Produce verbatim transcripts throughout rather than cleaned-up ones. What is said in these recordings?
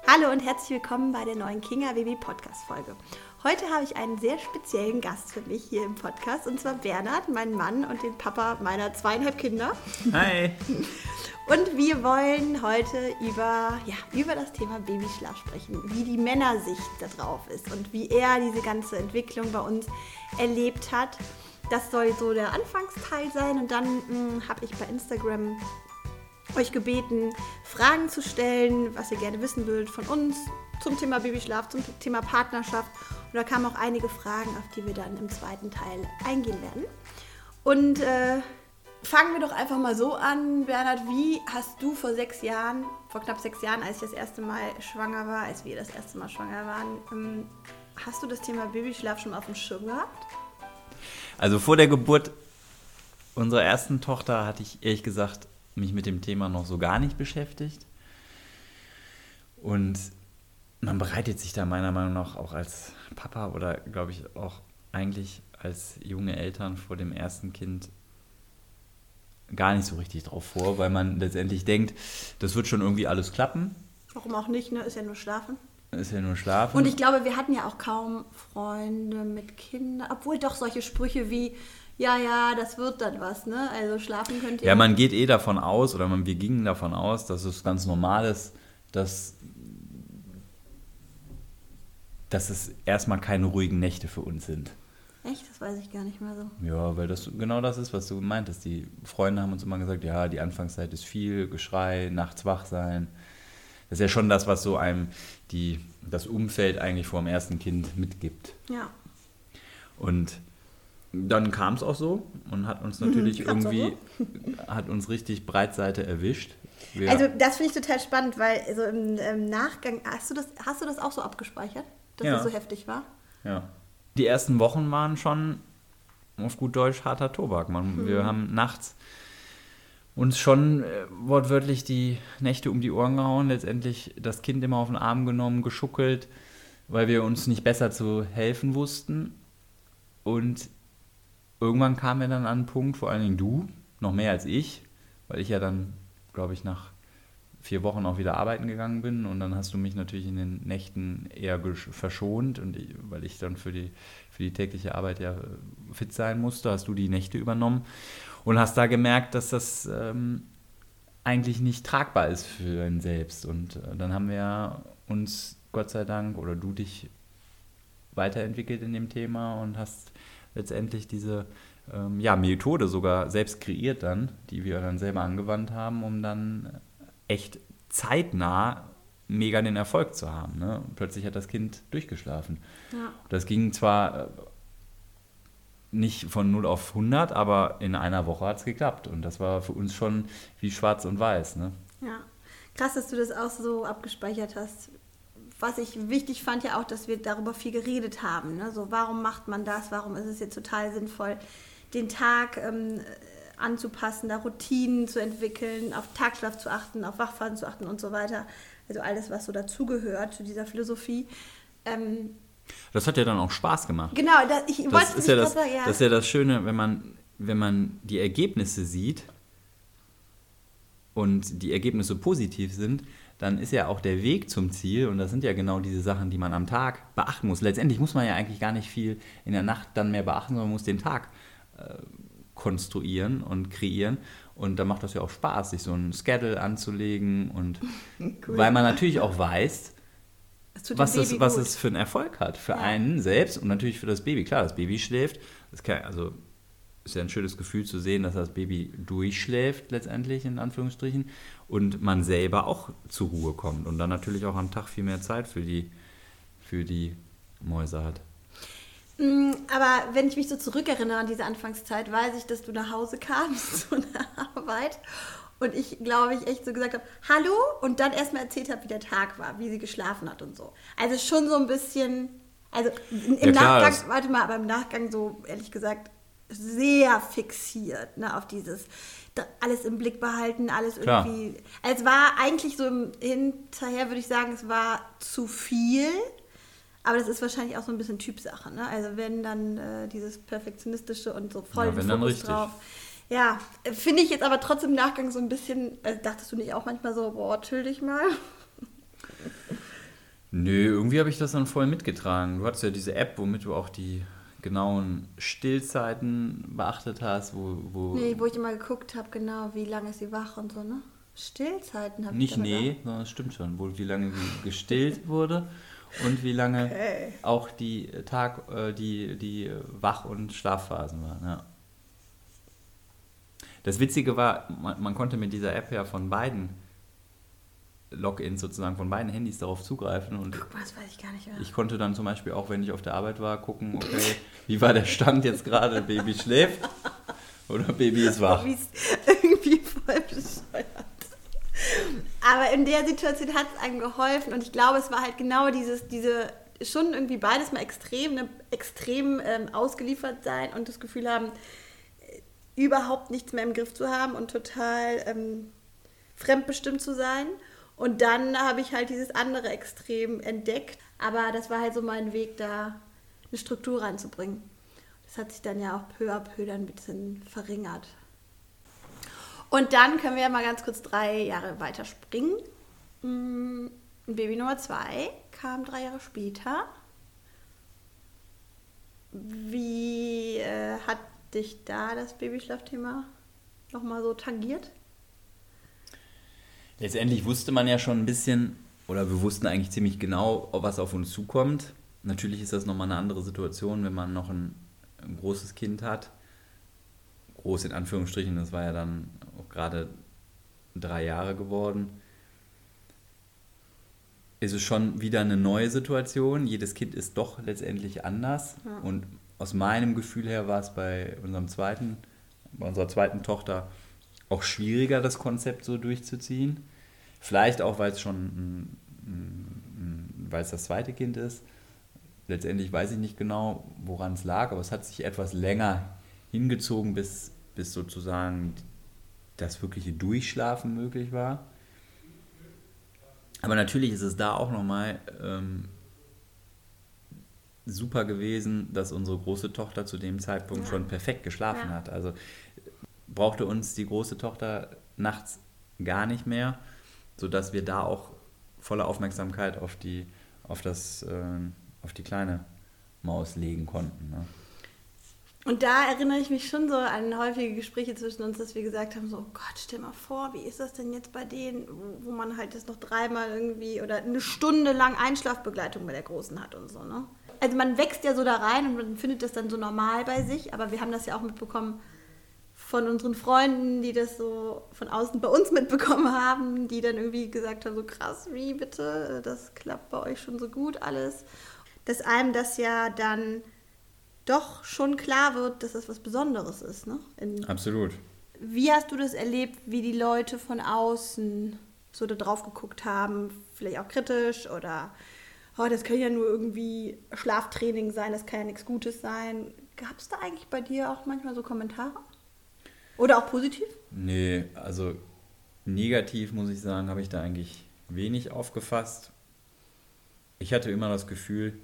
Hallo und herzlich willkommen bei der neuen Kinga Baby Podcast Folge. Heute habe ich einen sehr speziellen Gast für mich hier im Podcast und zwar Bernhard, meinen Mann und den Papa meiner zweieinhalb Kinder. Hi! Und wir wollen heute über, ja, über das Thema Babyschlaf sprechen, wie die Männersicht da drauf ist und wie er diese ganze Entwicklung bei uns erlebt hat. Das soll so der Anfangsteil sein und dann habe ich bei Instagram euch gebeten, Fragen zu stellen, was ihr gerne wissen würdet von uns zum Thema Babyschlaf, zum Thema Partnerschaft. Und da kamen auch einige Fragen, auf die wir dann im zweiten Teil eingehen werden. Und äh, fangen wir doch einfach mal so an, Bernhard, wie hast du vor sechs Jahren, vor knapp sechs Jahren, als ich das erste Mal schwanger war, als wir das erste Mal schwanger waren, ähm, hast du das Thema Babyschlaf schon auf dem Schirm gehabt? Also vor der Geburt unserer ersten Tochter hatte ich ehrlich gesagt mich mit dem Thema noch so gar nicht beschäftigt. Und man bereitet sich da meiner Meinung nach auch als Papa oder glaube ich auch eigentlich als junge Eltern vor dem ersten Kind gar nicht so richtig drauf vor, weil man letztendlich denkt, das wird schon irgendwie alles klappen. Warum auch nicht, ne? Ist ja nur Schlafen. Ist ja nur Schlafen. Und ich glaube, wir hatten ja auch kaum Freunde mit Kindern, obwohl doch solche Sprüche wie ja, ja, das wird dann was, ne? Also schlafen könnt ihr. Ja, man geht eh davon aus, oder man, wir gingen davon aus, dass es ganz normal ist, dass, dass es erstmal keine ruhigen Nächte für uns sind. Echt? Das weiß ich gar nicht mehr so. Ja, weil das genau das ist, was du meintest. Die Freunde haben uns immer gesagt, ja, die Anfangszeit ist viel, Geschrei, nachts wach sein. Das ist ja schon das, was so einem die, das Umfeld eigentlich vor dem ersten Kind mitgibt. Ja. Und dann kam es auch so und hat uns natürlich mhm, irgendwie, so. hat uns richtig Breitseite erwischt. Wir also das finde ich total spannend, weil also im, im Nachgang, hast du, das, hast du das auch so abgespeichert, dass ja. das so heftig war? Ja. Die ersten Wochen waren schon auf gut Deutsch harter Tobak. Man, mhm. Wir haben nachts uns schon äh, wortwörtlich die Nächte um die Ohren gehauen, letztendlich das Kind immer auf den Arm genommen, geschuckelt, weil wir uns nicht besser zu helfen wussten. Und irgendwann kam er dann an einen Punkt, vor allen Dingen du, noch mehr als ich, weil ich ja dann, glaube ich, nach vier Wochen auch wieder arbeiten gegangen bin und dann hast du mich natürlich in den Nächten eher gesch- verschont und ich, weil ich dann für die, für die tägliche Arbeit ja fit sein musste, hast du die Nächte übernommen und hast da gemerkt, dass das ähm, eigentlich nicht tragbar ist für einen selbst und äh, dann haben wir uns, Gott sei Dank, oder du dich weiterentwickelt in dem Thema und hast letztendlich diese ähm, ja, Methode sogar selbst kreiert dann, die wir dann selber angewandt haben, um dann echt zeitnah mega den Erfolg zu haben. Ne? Und plötzlich hat das Kind durchgeschlafen. Ja. Das ging zwar äh, nicht von null auf hundert, aber in einer Woche hat es geklappt. Und das war für uns schon wie schwarz und weiß. Ne? Ja, krass, dass du das auch so abgespeichert hast. Was ich wichtig fand ja auch, dass wir darüber viel geredet haben. Ne? So, warum macht man das? Warum ist es jetzt total sinnvoll, den Tag ähm, anzupassen, da Routinen zu entwickeln, auf Tagschlaf zu achten, auf Wachphasen zu achten und so weiter. Also alles, was so dazugehört zu dieser Philosophie. Ähm, das hat ja dann auch Spaß gemacht. Genau, da, ich das wollte ist ja das, sagen, ja. Das ist ja das Schöne, wenn man, wenn man die Ergebnisse sieht und die Ergebnisse positiv sind, dann ist ja auch der Weg zum Ziel, und das sind ja genau diese Sachen, die man am Tag beachten muss. Letztendlich muss man ja eigentlich gar nicht viel in der Nacht dann mehr beachten, sondern muss den Tag äh, konstruieren und kreieren. Und da macht das ja auch Spaß, sich so ein Schedule anzulegen. Und cool. Weil man natürlich auch weiß, was es, was es für einen Erfolg hat. Für ja. einen selbst und natürlich für das Baby. Klar, das Baby schläft. Das kann, also ist ja ein schönes Gefühl zu sehen, dass das Baby durchschläft letztendlich, in Anführungsstrichen, und man selber auch zur Ruhe kommt und dann natürlich auch am Tag viel mehr Zeit für die, für die Mäuse hat. Aber wenn ich mich so zurückerinnere an diese Anfangszeit, weiß ich, dass du nach Hause kamst von der Arbeit und ich, glaube ich, echt so gesagt habe, hallo, und dann erstmal erzählt habe, wie der Tag war, wie sie geschlafen hat und so. Also schon so ein bisschen, also im ja, klar, Nachgang, warte mal, aber im Nachgang so, ehrlich gesagt, sehr fixiert, ne, auf dieses alles im Blick behalten, alles Klar. irgendwie. Es war eigentlich so im hinterher, würde ich sagen, es war zu viel, aber das ist wahrscheinlich auch so ein bisschen Typsache, ne? Also wenn dann äh, dieses Perfektionistische und so voll ja, den Fokus drauf. Ja, finde ich jetzt aber trotzdem im Nachgang so ein bisschen, äh, dachtest du nicht auch manchmal so, boah, chill dich mal? Nö, irgendwie habe ich das dann voll mitgetragen. Du hattest ja diese App, womit du auch die genauen Stillzeiten beachtet hast, wo, wo Nee, wo ich immer geguckt habe, genau, wie lange ist sie wach und so, ne? Stillzeiten habe ich nicht damit nee, sondern es stimmt schon, wo wie lange sie gestillt wurde und wie lange Okay. auch die Tag, äh, die, die Wach- und Schlafphasen waren, ja. Das Witzige war, man, man konnte mit dieser App ja von beiden Logins sozusagen, von beiden Handys darauf zugreifen und Guck mal, das weiß ich gar nicht mehr. ich konnte dann zum Beispiel auch, wenn ich auf der Arbeit war, gucken, okay, wie war der Stand jetzt gerade, Baby schläft oder Baby ist wach. Wie ist irgendwie voll bescheuert. Aber in der Situation hat es einem geholfen und ich glaube, es war halt genau dieses, diese, schon irgendwie beides mal extrem, ne, extrem ähm, ausgeliefert sein und das Gefühl haben, äh, überhaupt nichts mehr im Griff zu haben und total ähm, fremdbestimmt zu sein. Und dann habe ich halt dieses andere Extrem entdeckt, aber das war halt so mein Weg, da eine Struktur reinzubringen. Das hat sich dann ja auch peu à peu dann ein bisschen verringert. Und dann können wir ja mal ganz kurz drei Jahre weiterspringen. Mm, Baby Nummer zwei kam drei Jahre später. Wie äh, hat dich da das Babyschlafthema nochmal so tangiert? Letztendlich wusste man ja schon ein bisschen, oder wir wussten eigentlich ziemlich genau, was auf uns zukommt. Natürlich ist das nochmal eine andere Situation, wenn man noch ein, ein großes Kind hat. Groß in Anführungsstrichen, das war ja dann auch gerade drei Jahre geworden. Ist es schon wieder eine neue Situation. Jedes Kind ist doch letztendlich anders. Ja. Und aus meinem Gefühl her war es bei unserem zweiten, bei unserer zweiten Tochter auch schwieriger, das Konzept so durchzuziehen. Vielleicht auch, weil es schon ein, ein, weil es das zweite Kind ist. Letztendlich weiß ich nicht genau, woran es lag, aber es hat sich etwas länger hingezogen, bis, bis sozusagen das wirkliche Durchschlafen möglich war. Aber natürlich ist es da auch nochmal ähm, super gewesen, dass unsere große Tochter zu dem Zeitpunkt Ja. schon perfekt geschlafen Ja. hat. Also brauchte uns die große Tochter nachts gar nicht mehr, sodass wir da auch volle Aufmerksamkeit auf die, auf das, äh, auf die kleine Maus legen konnten. Ne? Und da erinnere ich mich schon so an häufige Gespräche zwischen uns, dass wir gesagt haben, so, oh Gott, stell mal vor, wie ist das denn jetzt bei denen, wo, wo man halt jetzt noch dreimal irgendwie oder eine Stunde lang Einschlafbegleitung bei der Großen hat und so, ne? Also man wächst ja so da rein und man findet das dann so normal bei sich, aber wir haben das ja auch mitbekommen von unseren Freunden, die das so von außen bei uns mitbekommen haben, die dann irgendwie gesagt haben, so krass, wie bitte, das klappt bei euch schon so gut alles. Dass einem das ja dann doch schon klar wird, dass das was Besonderes ist, ne? In, Absolut. wie hast du das erlebt, wie die Leute von außen so da drauf geguckt haben? Vielleicht auch kritisch oder, oh, das kann ja nur irgendwie Schlaftraining sein, das kann ja nichts Gutes sein. Gab es da eigentlich bei dir auch manchmal so Kommentare? Oder auch positiv? Nee, also negativ muss ich sagen, habe ich da eigentlich wenig aufgefasst. Ich hatte immer das Gefühl,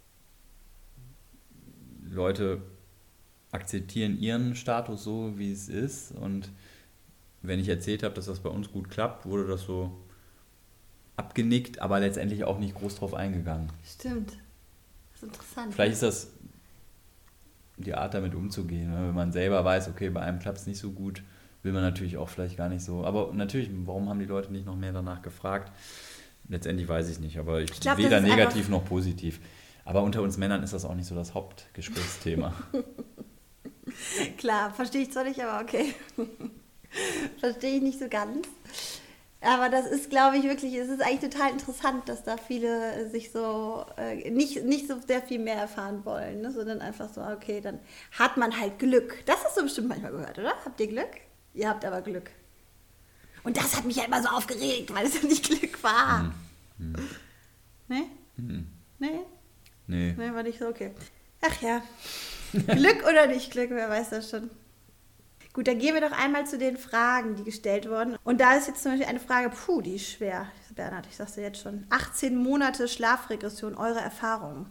Leute akzeptieren ihren Status so, wie es ist. Und wenn ich erzählt habe, dass das bei uns gut klappt, wurde das so abgenickt, aber letztendlich auch nicht groß drauf eingegangen. Stimmt. Das ist interessant. Vielleicht ist das die Art, damit umzugehen. Ne? Wenn man selber weiß, okay, bei einem klappt es nicht so gut, will man natürlich auch vielleicht gar nicht so. Aber natürlich, warum haben die Leute nicht noch mehr danach gefragt? Letztendlich weiß ich nicht, aber ich, Ich glaub, weder das ist negativ einfach- noch positiv. Aber unter uns Männern ist das auch nicht so das Hauptgesprächsthema. Klar, verstehe ich zwar nicht, aber okay. Verstehe ich nicht so ganz. Aber das ist, glaube ich, wirklich, es ist eigentlich total interessant, dass da viele sich so äh, nicht, nicht so sehr viel mehr erfahren wollen, ne? Sondern einfach so, okay, dann hat man halt Glück. Das hast du bestimmt manchmal gehört, oder? Habt ihr Glück? Ihr habt aber Glück. Und das hat mich ja immer so aufgeregt, weil es ja nicht Glück war. Hm. Ne? Hm. Nee? Nee. Nee, war nicht so, okay. Ach ja. Glück oder nicht Glück, wer weiß das schon. Gut, dann gehen wir doch einmal zu den Fragen, die gestellt wurden. Und da ist jetzt zum Beispiel eine Frage, puh, die ist schwer. Bernhard, ich sag's dir jetzt schon. achtzehn Monate Schlafregression, eure Erfahrungen.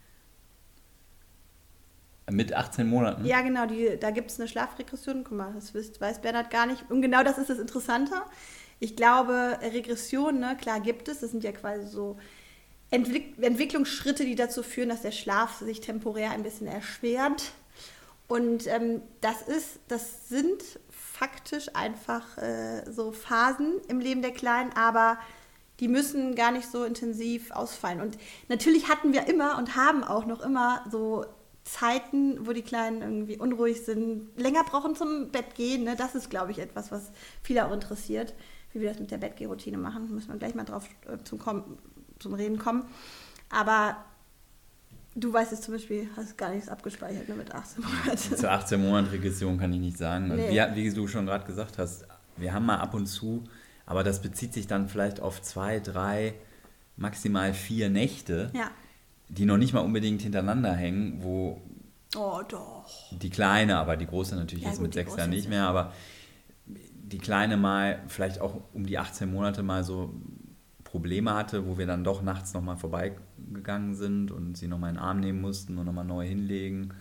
Mit achtzehn Monaten? Ja, genau, die, da gibt es eine Schlafregression. Guck mal, das wisst, weiß Bernhard gar nicht. Und genau das ist das Interessante. Ich glaube, Regression, ne, klar gibt es. Das sind ja quasi so Entwick- Entwicklungsschritte, die dazu führen, dass der Schlaf sich temporär ein bisschen erschwert. Und ähm, das ist, das sind faktisch einfach äh, so Phasen im Leben der Kleinen, aber die müssen gar nicht so intensiv ausfallen. Und natürlich hatten wir immer und haben auch noch immer so Zeiten, wo die Kleinen irgendwie unruhig sind, länger brauchen zum Bett gehen. Ne? Das ist, glaube ich, etwas, was viele auch interessiert, wie wir das mit der Bettgehroutine machen. Müssen wir gleich mal drauf äh, zum, kommen, zum Reden kommen. Aber du weißt es zum Beispiel, hast gar nichts abgespeichert ne, mit achtzehn Monaten. Zur achtzehn Monat Regression kann ich nicht sagen. Nee. Wir, wie du schon gerade gesagt hast, wir haben mal ab und zu, aber das bezieht sich dann vielleicht auf zwei, drei, maximal vier Nächte, Ja. die noch nicht mal unbedingt hintereinander hängen, wo Oh, doch. die Kleine, aber die Große natürlich Ja, jetzt gut, mit die sechs Große Jahren ist nicht ja mehr, aber die Kleine mal vielleicht auch um die achtzehn Monate mal so Probleme hatte, wo wir dann doch nachts nochmal vorbeigegangen sind und sie nochmal in den Arm nehmen mussten und nochmal neu hinlegen.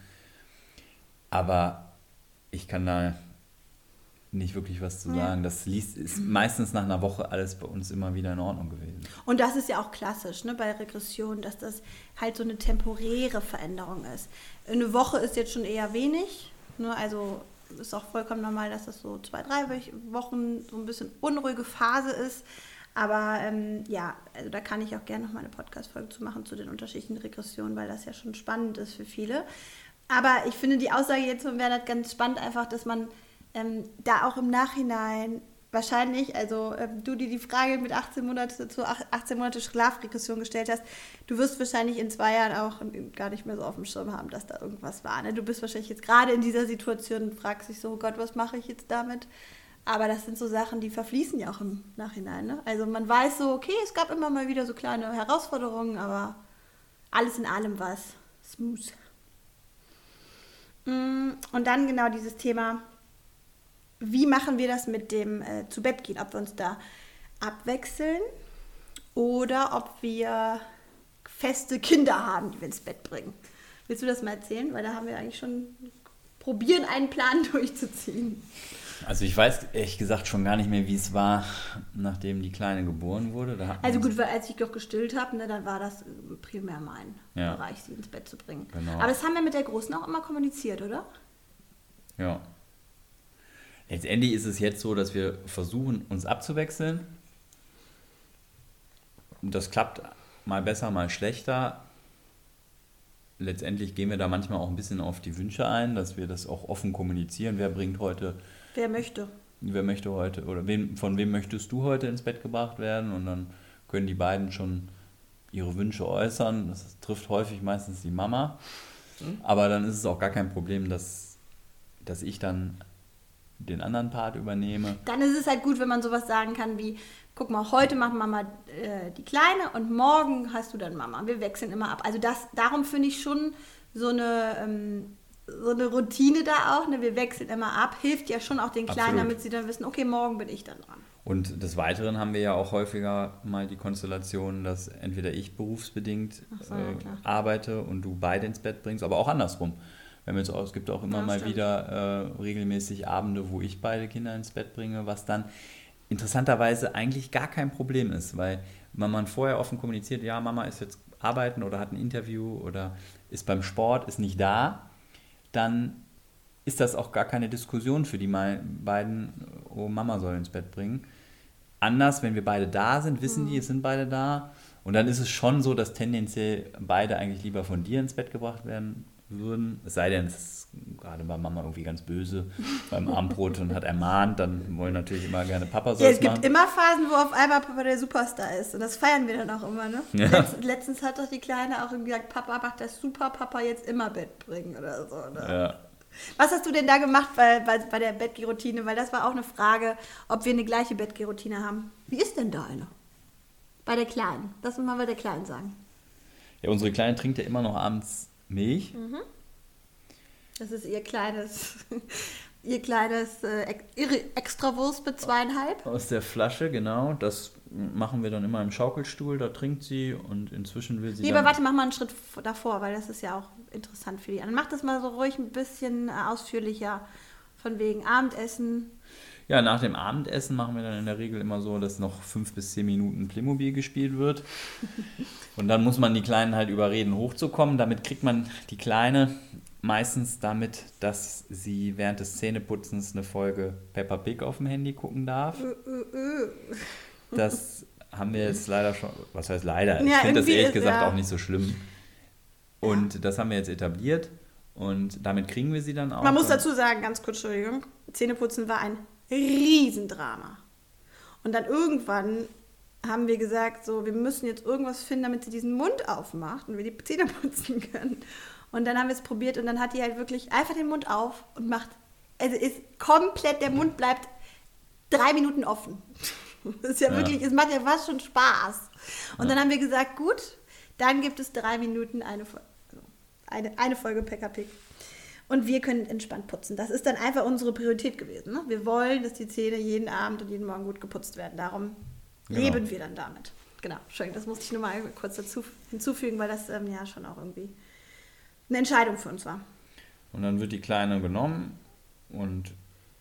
Aber ich kann da nicht wirklich was zu sagen. Das liest, ist meistens nach einer Woche alles bei uns immer wieder in Ordnung gewesen. Und das ist ja auch klassisch ne, bei Regression, dass das halt so eine temporäre Veränderung ist. Eine Woche ist jetzt schon eher wenig. Ne, also ist auch vollkommen normal, dass das so zwei, drei Wochen so ein bisschen unruhige Phase ist. Aber ähm, ja, also da kann ich auch gerne noch mal eine Podcast-Folge zu machen zu den unterschiedlichen Regressionen, weil das ja schon spannend ist für viele. Aber ich finde die Aussage jetzt von Bernhard ganz spannend, einfach, dass man ähm, da auch im Nachhinein wahrscheinlich, also ähm, du dir die Frage mit achtzehn Monate zu achtzehn Monate Schlafregression gestellt hast, du wirst wahrscheinlich in zwei Jahren auch gar nicht mehr so auf dem Schirm haben, dass da irgendwas war. Ne? Du bist wahrscheinlich jetzt gerade in dieser Situation und fragst dich so, oh Gott, was mache ich jetzt damit? Aber das sind so Sachen, die verfließen ja auch im Nachhinein. Ne? Also man weiß so, okay, es gab immer mal wieder so kleine Herausforderungen, aber alles in allem war es smooth. Und dann genau dieses Thema, wie machen wir das mit dem äh, zu Bett gehen? Ob wir uns da abwechseln oder ob wir feste Kinder haben, die wir ins Bett bringen. Willst du das mal erzählen? Weil da haben wir eigentlich schon probieren, einen Plan durchzuziehen. Also ich weiß ehrlich gesagt schon gar nicht mehr, wie es war, nachdem die Kleine geboren wurde. Da also gut, weil als ich doch gestillt habe, ne, dann war das primär mein ja. Bereich, sie ins Bett zu bringen. Genau. Aber das haben wir mit der Großen auch immer kommuniziert, oder? Ja. Letztendlich ist es jetzt so, dass wir versuchen, uns abzuwechseln. Und das klappt mal besser, mal schlechter. Letztendlich gehen wir da manchmal auch ein bisschen auf die Wünsche ein, dass wir das auch offen kommunizieren. Wer bringt heute... Wer möchte. Wer möchte heute, oder wem, von wem möchtest du heute ins Bett gebracht werden? Und dann können die beiden schon ihre Wünsche äußern. Das trifft häufig meistens die Mama. Mhm. Aber dann ist es auch gar kein Problem, dass, dass ich dann den anderen Part übernehme. Dann ist es halt gut, wenn man sowas sagen kann wie, guck mal, heute macht Mama äh, die Kleine und morgen hast du dann Mama. Wir wechseln immer ab. Also das, darum finde ich schon so eine... Ähm, so eine Routine da auch, ne? Wir wechseln immer ab, hilft ja schon auch den Kleinen, Absolut. Damit sie dann wissen, okay, morgen bin ich dann dran. Und des Weiteren haben wir ja auch häufiger mal die Konstellation, dass entweder ich berufsbedingt so, äh, ja, klar. arbeite und du beide ins Bett bringst, aber auch andersrum. Wenn wir jetzt auch, es gibt auch immer Ja, mal stimmt. wieder äh, regelmäßig Abende, wo ich beide Kinder ins Bett bringe, was dann interessanterweise eigentlich gar kein Problem ist, weil wenn man vorher offen kommuniziert, ja, Mama ist jetzt arbeiten oder hat ein Interview oder ist beim Sport, ist nicht da, dann ist das auch gar keine Diskussion für die beiden, oh, Mama soll ins Bett bringen. Anders, wenn wir beide da sind, wissen die, es sind beide da. Und dann ist es schon so, dass tendenziell beide eigentlich lieber von dir ins Bett gebracht werden würden. Es sei denn, es ist gerade bei Mama irgendwie ganz böse beim Abendbrot und hat ermahnt, dann wollen natürlich immer gerne Papa soll Ja, es es gibt machen. immer Phasen, wo auf einmal Papa der Superstar ist. Und das feiern wir dann auch immer, ne? Ja. Letzt, letztens hat doch die Kleine auch gesagt, Papa macht das super, Papa jetzt immer Bett bringen oder so. Ne? Ja. Was hast du denn da gemacht bei, bei, bei der Bettgehroutine? Weil das war auch eine Frage, ob wir eine gleiche Bettgehroutine haben. Wie ist denn da eine? Bei der Kleinen. Lass uns mal bei der Kleinen sagen. Ja, unsere Kleine trinkt ja immer noch abends Milch. Mhm. Das ist ihr kleines, ihr kleines äh, ihre Extrawurst mit zweieinhalb. Aus der Flasche, genau. Das machen wir dann immer im Schaukelstuhl, da trinkt sie und inzwischen will sie Nee, dann... aber warte, mach mal einen Schritt davor, weil das ist ja auch interessant für die anderen. Mach das mal so ruhig ein bisschen ausführlicher, von wegen Abendessen. Ja, nach dem Abendessen machen wir dann in der Regel immer so, dass noch fünf bis zehn Minuten Playmobil gespielt wird. Und dann muss man die Kleinen halt überreden, hochzukommen. Damit kriegt man die Kleine meistens damit, dass sie während des Zähneputzens eine Folge Peppa Pig auf dem Handy gucken darf. Das haben wir jetzt leider schon, was heißt leider? Ich Ja, finde das irgendwie ehrlich ist- gesagt ja. auch nicht so schlimm. Und das haben wir jetzt etabliert und damit kriegen wir sie dann auch. Man muss Und- dazu sagen, ganz kurz, Entschuldigung, Zähneputzen war ein Riesendrama. Und dann irgendwann haben wir gesagt, so, wir müssen jetzt irgendwas finden, damit sie diesen Mund aufmacht und wir die Zähne putzen können. Und dann haben wir es probiert und dann hat die halt wirklich einfach den Mund auf und macht, also ist komplett, der Mund bleibt drei Minuten offen. Das ist ja, Ja. wirklich, es macht ja fast schon Spaß. Und Ja. dann haben wir gesagt, gut, dann gibt es drei Minuten eine, Fol- also eine, eine Folge Peppa Pig. Und wir können entspannt putzen. Das ist dann einfach unsere Priorität gewesen. Ne? Wir wollen, dass die Zähne jeden Abend und jeden Morgen gut geputzt werden. Darum Genau. leben wir dann damit. Genau, Entschuldigung, das musste ich nur mal kurz dazu hinzufügen, weil das ähm, ja schon auch irgendwie eine Entscheidung für uns war. Und dann wird die Kleine genommen und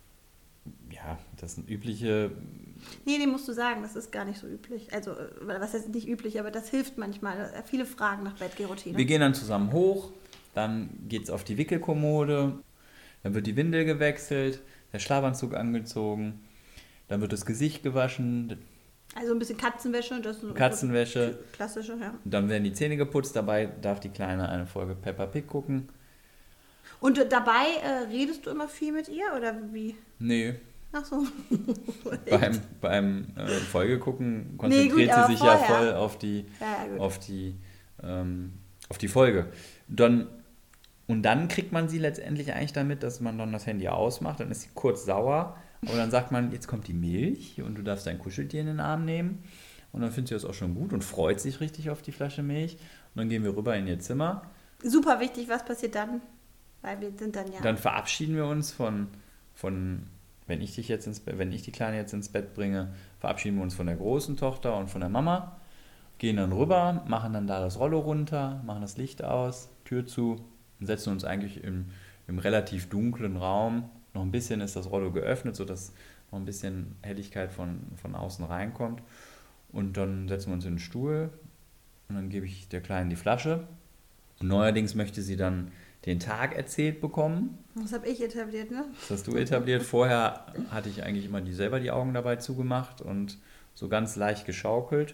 ja, das sind übliche, Nee, nee, musst du sagen, das ist gar nicht so üblich. Also, äh, was heißt nicht üblich, aber das hilft manchmal. Viele fragen nach Bettgehroutine. wir gehen dann zusammen hoch, dann geht es auf die Wickelkommode, dann wird die Windel gewechselt, der Schlafanzug angezogen, dann wird das Gesicht gewaschen, Also ein bisschen Katzenwäsche. Das ist Katzenwäsche. Klassische, ja. dann werden die Zähne geputzt, dabei darf die Kleine eine Folge Peppa Pig gucken. Und äh, dabei äh, redest du immer viel mit ihr oder wie? Nee, Ach so. beim, beim äh, Folgegucken konzentriert Nee, gut, aber sie sich ja vorher. voll auf die, Ja, ja, gut. auf die, ähm, auf die Folge. Dann, und dann kriegt man sie letztendlich eigentlich damit, dass man dann das Handy ausmacht, dann ist sie kurz sauer, aber dann sagt man, jetzt kommt die Milch und du darfst dein Kuscheltier in den Arm nehmen und dann findet sie das auch schon gut und freut sich richtig auf die Flasche Milch und dann gehen wir rüber in ihr Zimmer. Super wichtig, was passiert dann? Weil wir sind dann ja. Dann verabschieden wir uns von, von wenn ich dich jetzt ins Bett, wenn ich die Kleine jetzt ins Bett bringe, verabschieden wir uns von der großen Tochter und von der Mama, gehen dann rüber, machen dann da das Rollo runter, machen das Licht aus, Tür zu und setzen uns eigentlich im, im relativ dunklen Raum. Noch ein bisschen ist das Rollo geöffnet, sodass noch ein bisschen Helligkeit von, von außen reinkommt. Und dann setzen wir uns in den Stuhl und dann gebe ich der Kleinen die Flasche. Und neuerdings möchte sie dann den Tag erzählt bekommen. Das habe ich etabliert, ne? Das hast du etabliert. Vorher hatte ich eigentlich immer die, selber die Augen dabei zugemacht und so ganz leicht geschaukelt.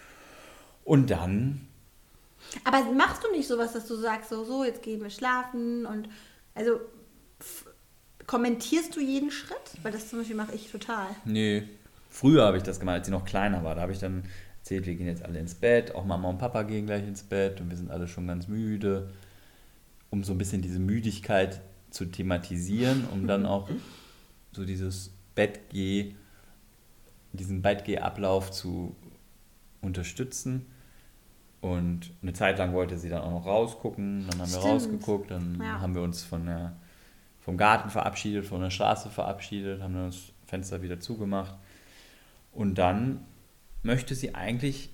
Und dann, Aber machst du nicht sowas, dass du sagst, so, so, jetzt gehen wir schlafen und also f- kommentierst du jeden Schritt? Weil das zum Beispiel mache ich total. nee, früher habe ich das gemacht, als sie noch kleiner war. Da habe ich dann erzählt, wir gehen jetzt alle ins Bett, auch Mama und Papa gehen gleich ins Bett und wir sind alle schon ganz müde, um so ein bisschen diese Müdigkeit zu thematisieren, um dann auch so dieses Bettgeh, diesen Bettgeh-Ablauf zu unterstützen. Und eine Zeit lang wollte sie dann auch noch rausgucken, dann haben wir Stimmt. rausgeguckt, dann Ja. haben wir uns von der, vom Garten verabschiedet, von der Straße verabschiedet, haben dann das Fenster wieder zugemacht. Und dann möchte sie eigentlich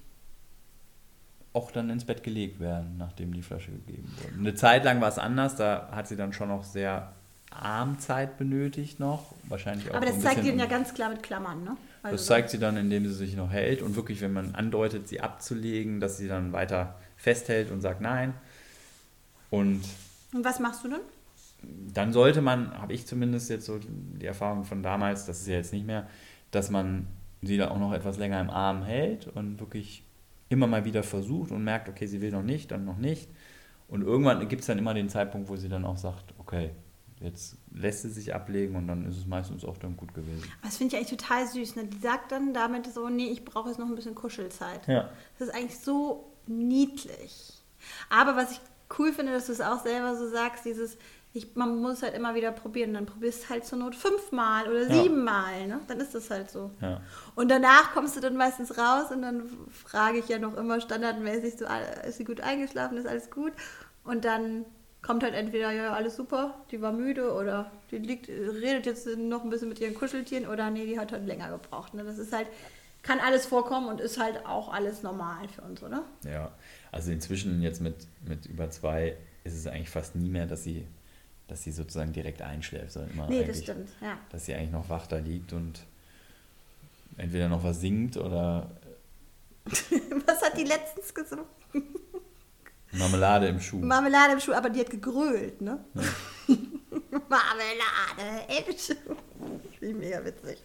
auch dann ins Bett gelegt werden, nachdem die Flasche gegeben wurde. Eine Zeit lang war es anders, da hat sie dann schon noch sehr Armzeit benötigt noch, wahrscheinlich auch Aber so das ein zeigt bisschen. dir ja ganz klar mit Klammern, ne? Also Das zeigt sie dann, indem sie sich noch hält und wirklich, wenn man andeutet, sie abzulegen, dass sie dann weiter festhält und sagt nein. Und Und was machst du dann? dann sollte man, habe ich zumindest jetzt so die Erfahrung von damals, das ist ja jetzt nicht mehr, dass man sie dann auch noch etwas länger im Arm hält und wirklich immer mal wieder versucht und merkt, okay, sie will noch nicht, dann noch nicht. Und irgendwann gibt es dann immer den Zeitpunkt, wo sie dann auch sagt, okay, jetzt lässt sie sich ablegen und dann ist es meistens auch dann gut gewesen. Das finde ich eigentlich total süß. Ne? Die sagt dann damit so, nee, ich brauche jetzt noch ein bisschen Kuschelzeit. Ja. Das ist eigentlich so niedlich. Aber was ich cool finde, dass du es auch selber so sagst, dieses, ich, man muss halt immer wieder probieren. Dann probierst du halt zur Not fünfmal oder Ja. siebenmal. Ne? Dann ist das halt so. Ja. Und danach kommst du dann meistens raus und dann frage ich ja noch immer standardmäßig, so, ist sie gut eingeschlafen, ist alles gut? Und dann kommt halt entweder, ja, alles super, die war müde oder die liegt, redet jetzt noch ein bisschen mit ihren Kuscheltieren oder nee, die hat halt länger gebraucht. Ne? Das ist halt, kann alles vorkommen und ist halt auch alles normal für uns, oder? Ja, also inzwischen jetzt mit, mit über zwei ist es eigentlich fast nie mehr, dass sie dass sie sozusagen direkt einschläft, sondern immer Nee, das eigentlich, stimmt, ja. dass sie eigentlich noch wach da liegt und entweder noch was singt oder Was hat die letztens gesungen? Marmelade im Schuh. Marmelade im Schuh, aber die hat gegrölt, ne? Ja. Marmelade im Schuh. Finde ich mega witzig.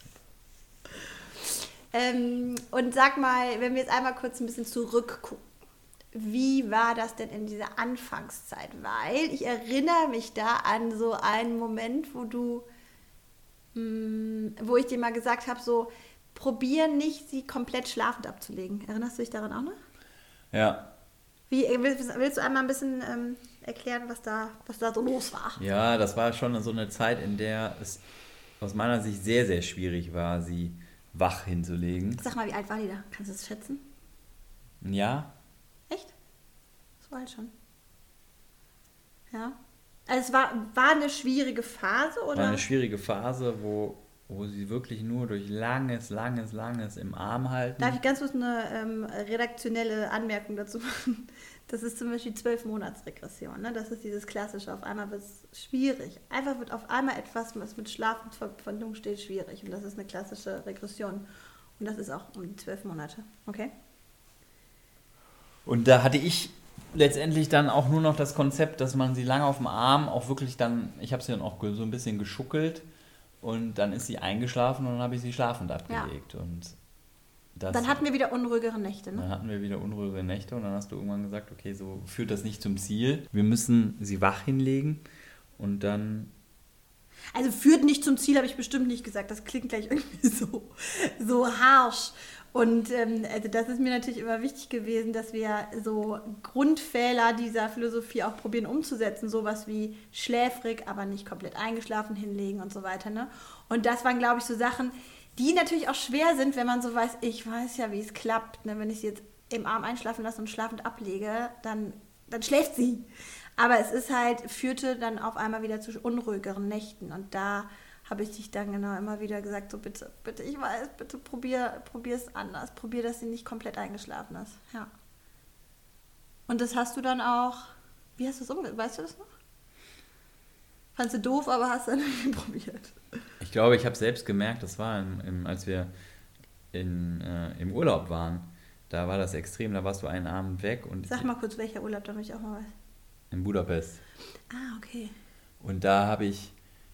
Ähm, und sag mal, wenn wir jetzt einmal kurz ein bisschen zurückgucken, wie war das denn in dieser Anfangszeit? Weil ich erinnere mich da an so einen Moment, wo du, mh, wo ich dir mal gesagt habe, so, probier nicht, sie komplett schlafend abzulegen. Erinnerst du dich daran auch noch? Ja. Wie, willst, willst du einmal ein bisschen ähm, erklären, was da, was da so los war? Ja, das war schon so eine Zeit, in der es aus meiner Sicht sehr, sehr schwierig war, sie wach hinzulegen. Sag mal, wie alt war die da? Kannst du es schätzen? Ein Jahr? Echt? So alt schon. Ja. Also es war, war eine schwierige Phase, oder? War eine schwierige Phase, wo, wo sie wirklich nur durch langes, langes, langes im Arm halten. Darf ich ganz kurz eine ähm, redaktionelle Anmerkung dazu machen? Das ist zum Beispiel zwölf-Monats-Regression. Ne? Das ist dieses klassische, auf einmal wird es schwierig. Einfach wird auf einmal etwas, was mit Schlaf und Verbindung steht, schwierig. Und das ist eine klassische Regression. Und das ist auch um die zwölf Monate. Okay? Und da hatte ich letztendlich dann auch nur noch das Konzept, dass man sie lange auf dem Arm auch wirklich dann, ich habe sie dann auch so ein bisschen geschuckelt und dann ist sie eingeschlafen und dann habe ich sie schlafend abgelegt. Ja. Und das, dann hatten wir wieder unruhigere Nächte, ne? Dann hatten wir wieder unruhige Nächte und dann hast du irgendwann gesagt, okay, so führt das nicht zum Ziel. Wir müssen sie wach hinlegen und dann... Also führt nicht zum Ziel, habe ich bestimmt nicht gesagt. Das klingt gleich irgendwie so, so harsch. Und ähm, also das ist mir natürlich immer wichtig gewesen, dass wir so Grundpfeiler dieser Philosophie auch probieren umzusetzen. Sowas wie schläfrig, aber nicht komplett eingeschlafen hinlegen und so weiter. Ne? Und das waren, glaube ich, so Sachen, die natürlich auch schwer sind, wenn man so weiß, ich weiß ja, wie es klappt. Ne? Wenn ich sie jetzt im Arm einschlafen lasse und schlafend ablege, dann, dann schläft sie. Aber es ist halt, führte dann auf einmal wieder zu unruhigeren Nächten. Und da habe ich dich dann genau immer wieder gesagt, so bitte, bitte, ich weiß, bitte probier, probier es anders. Probier, dass sie nicht komplett eingeschlafen ist. Ja. Und das hast du dann auch, wie hast du es umgesetzt? Weißt du das noch? Fandst du doof, aber hast dann irgendwie probiert. Ich glaube, ich habe selbst gemerkt, das war, im, im, als wir in, äh, im Urlaub waren, da war das extrem, da warst du einen Abend weg. Und sag mal kurz, welcher Urlaub, damit ich auch mal weiß. In Budapest. Ah, okay. Und da habe ich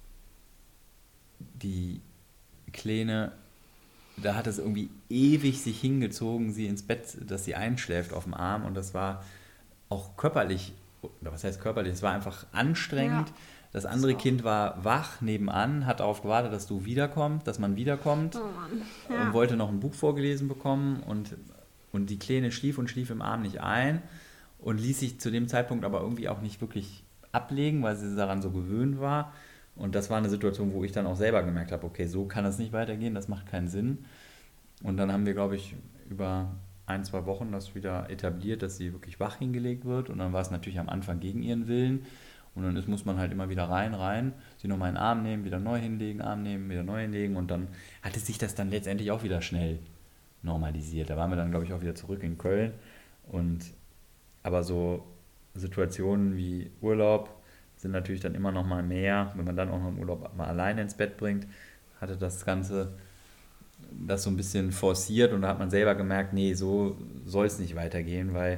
die Kleine, da hat es irgendwie ewig sich hingezogen, sie ins Bett, dass sie einschläft auf dem Arm. Und das war auch körperlich, oder was heißt körperlich, es war einfach anstrengend. Ja. Das andere so. Kind war wach nebenan, hat darauf gewartet, dass du wiederkommst, dass man wiederkommt. Oh Mann. Ja. Und wollte noch ein Buch vorgelesen bekommen. Und, und die Kleine schlief und schlief im Arm nicht ein. Und ließ sich zu dem Zeitpunkt aber irgendwie auch nicht wirklich ablegen, weil sie daran so gewöhnt war. Und das war eine Situation, wo ich dann auch selber gemerkt habe, okay, so kann es nicht weitergehen, das macht keinen Sinn. Und dann haben wir, glaube ich, über ein, zwei Wochen das wieder etabliert, dass sie wirklich wach hingelegt wird. Und dann war es natürlich am Anfang gegen ihren Willen. Und dann ist, muss man halt immer wieder rein, rein, sie nochmal in den Arm nehmen, wieder neu hinlegen, Arm nehmen, wieder neu hinlegen. Und dann hatte sich das dann letztendlich auch wieder schnell normalisiert. Da waren wir dann, glaube ich, auch wieder zurück in Köln. Und aber so Situationen wie Urlaub sind natürlich dann immer noch mal mehr. Wenn man dann auch noch im Urlaub mal alleine ins Bett bringt, hatte das Ganze das so ein bisschen forciert und da hat man selber gemerkt, nee, so soll es nicht weitergehen, weil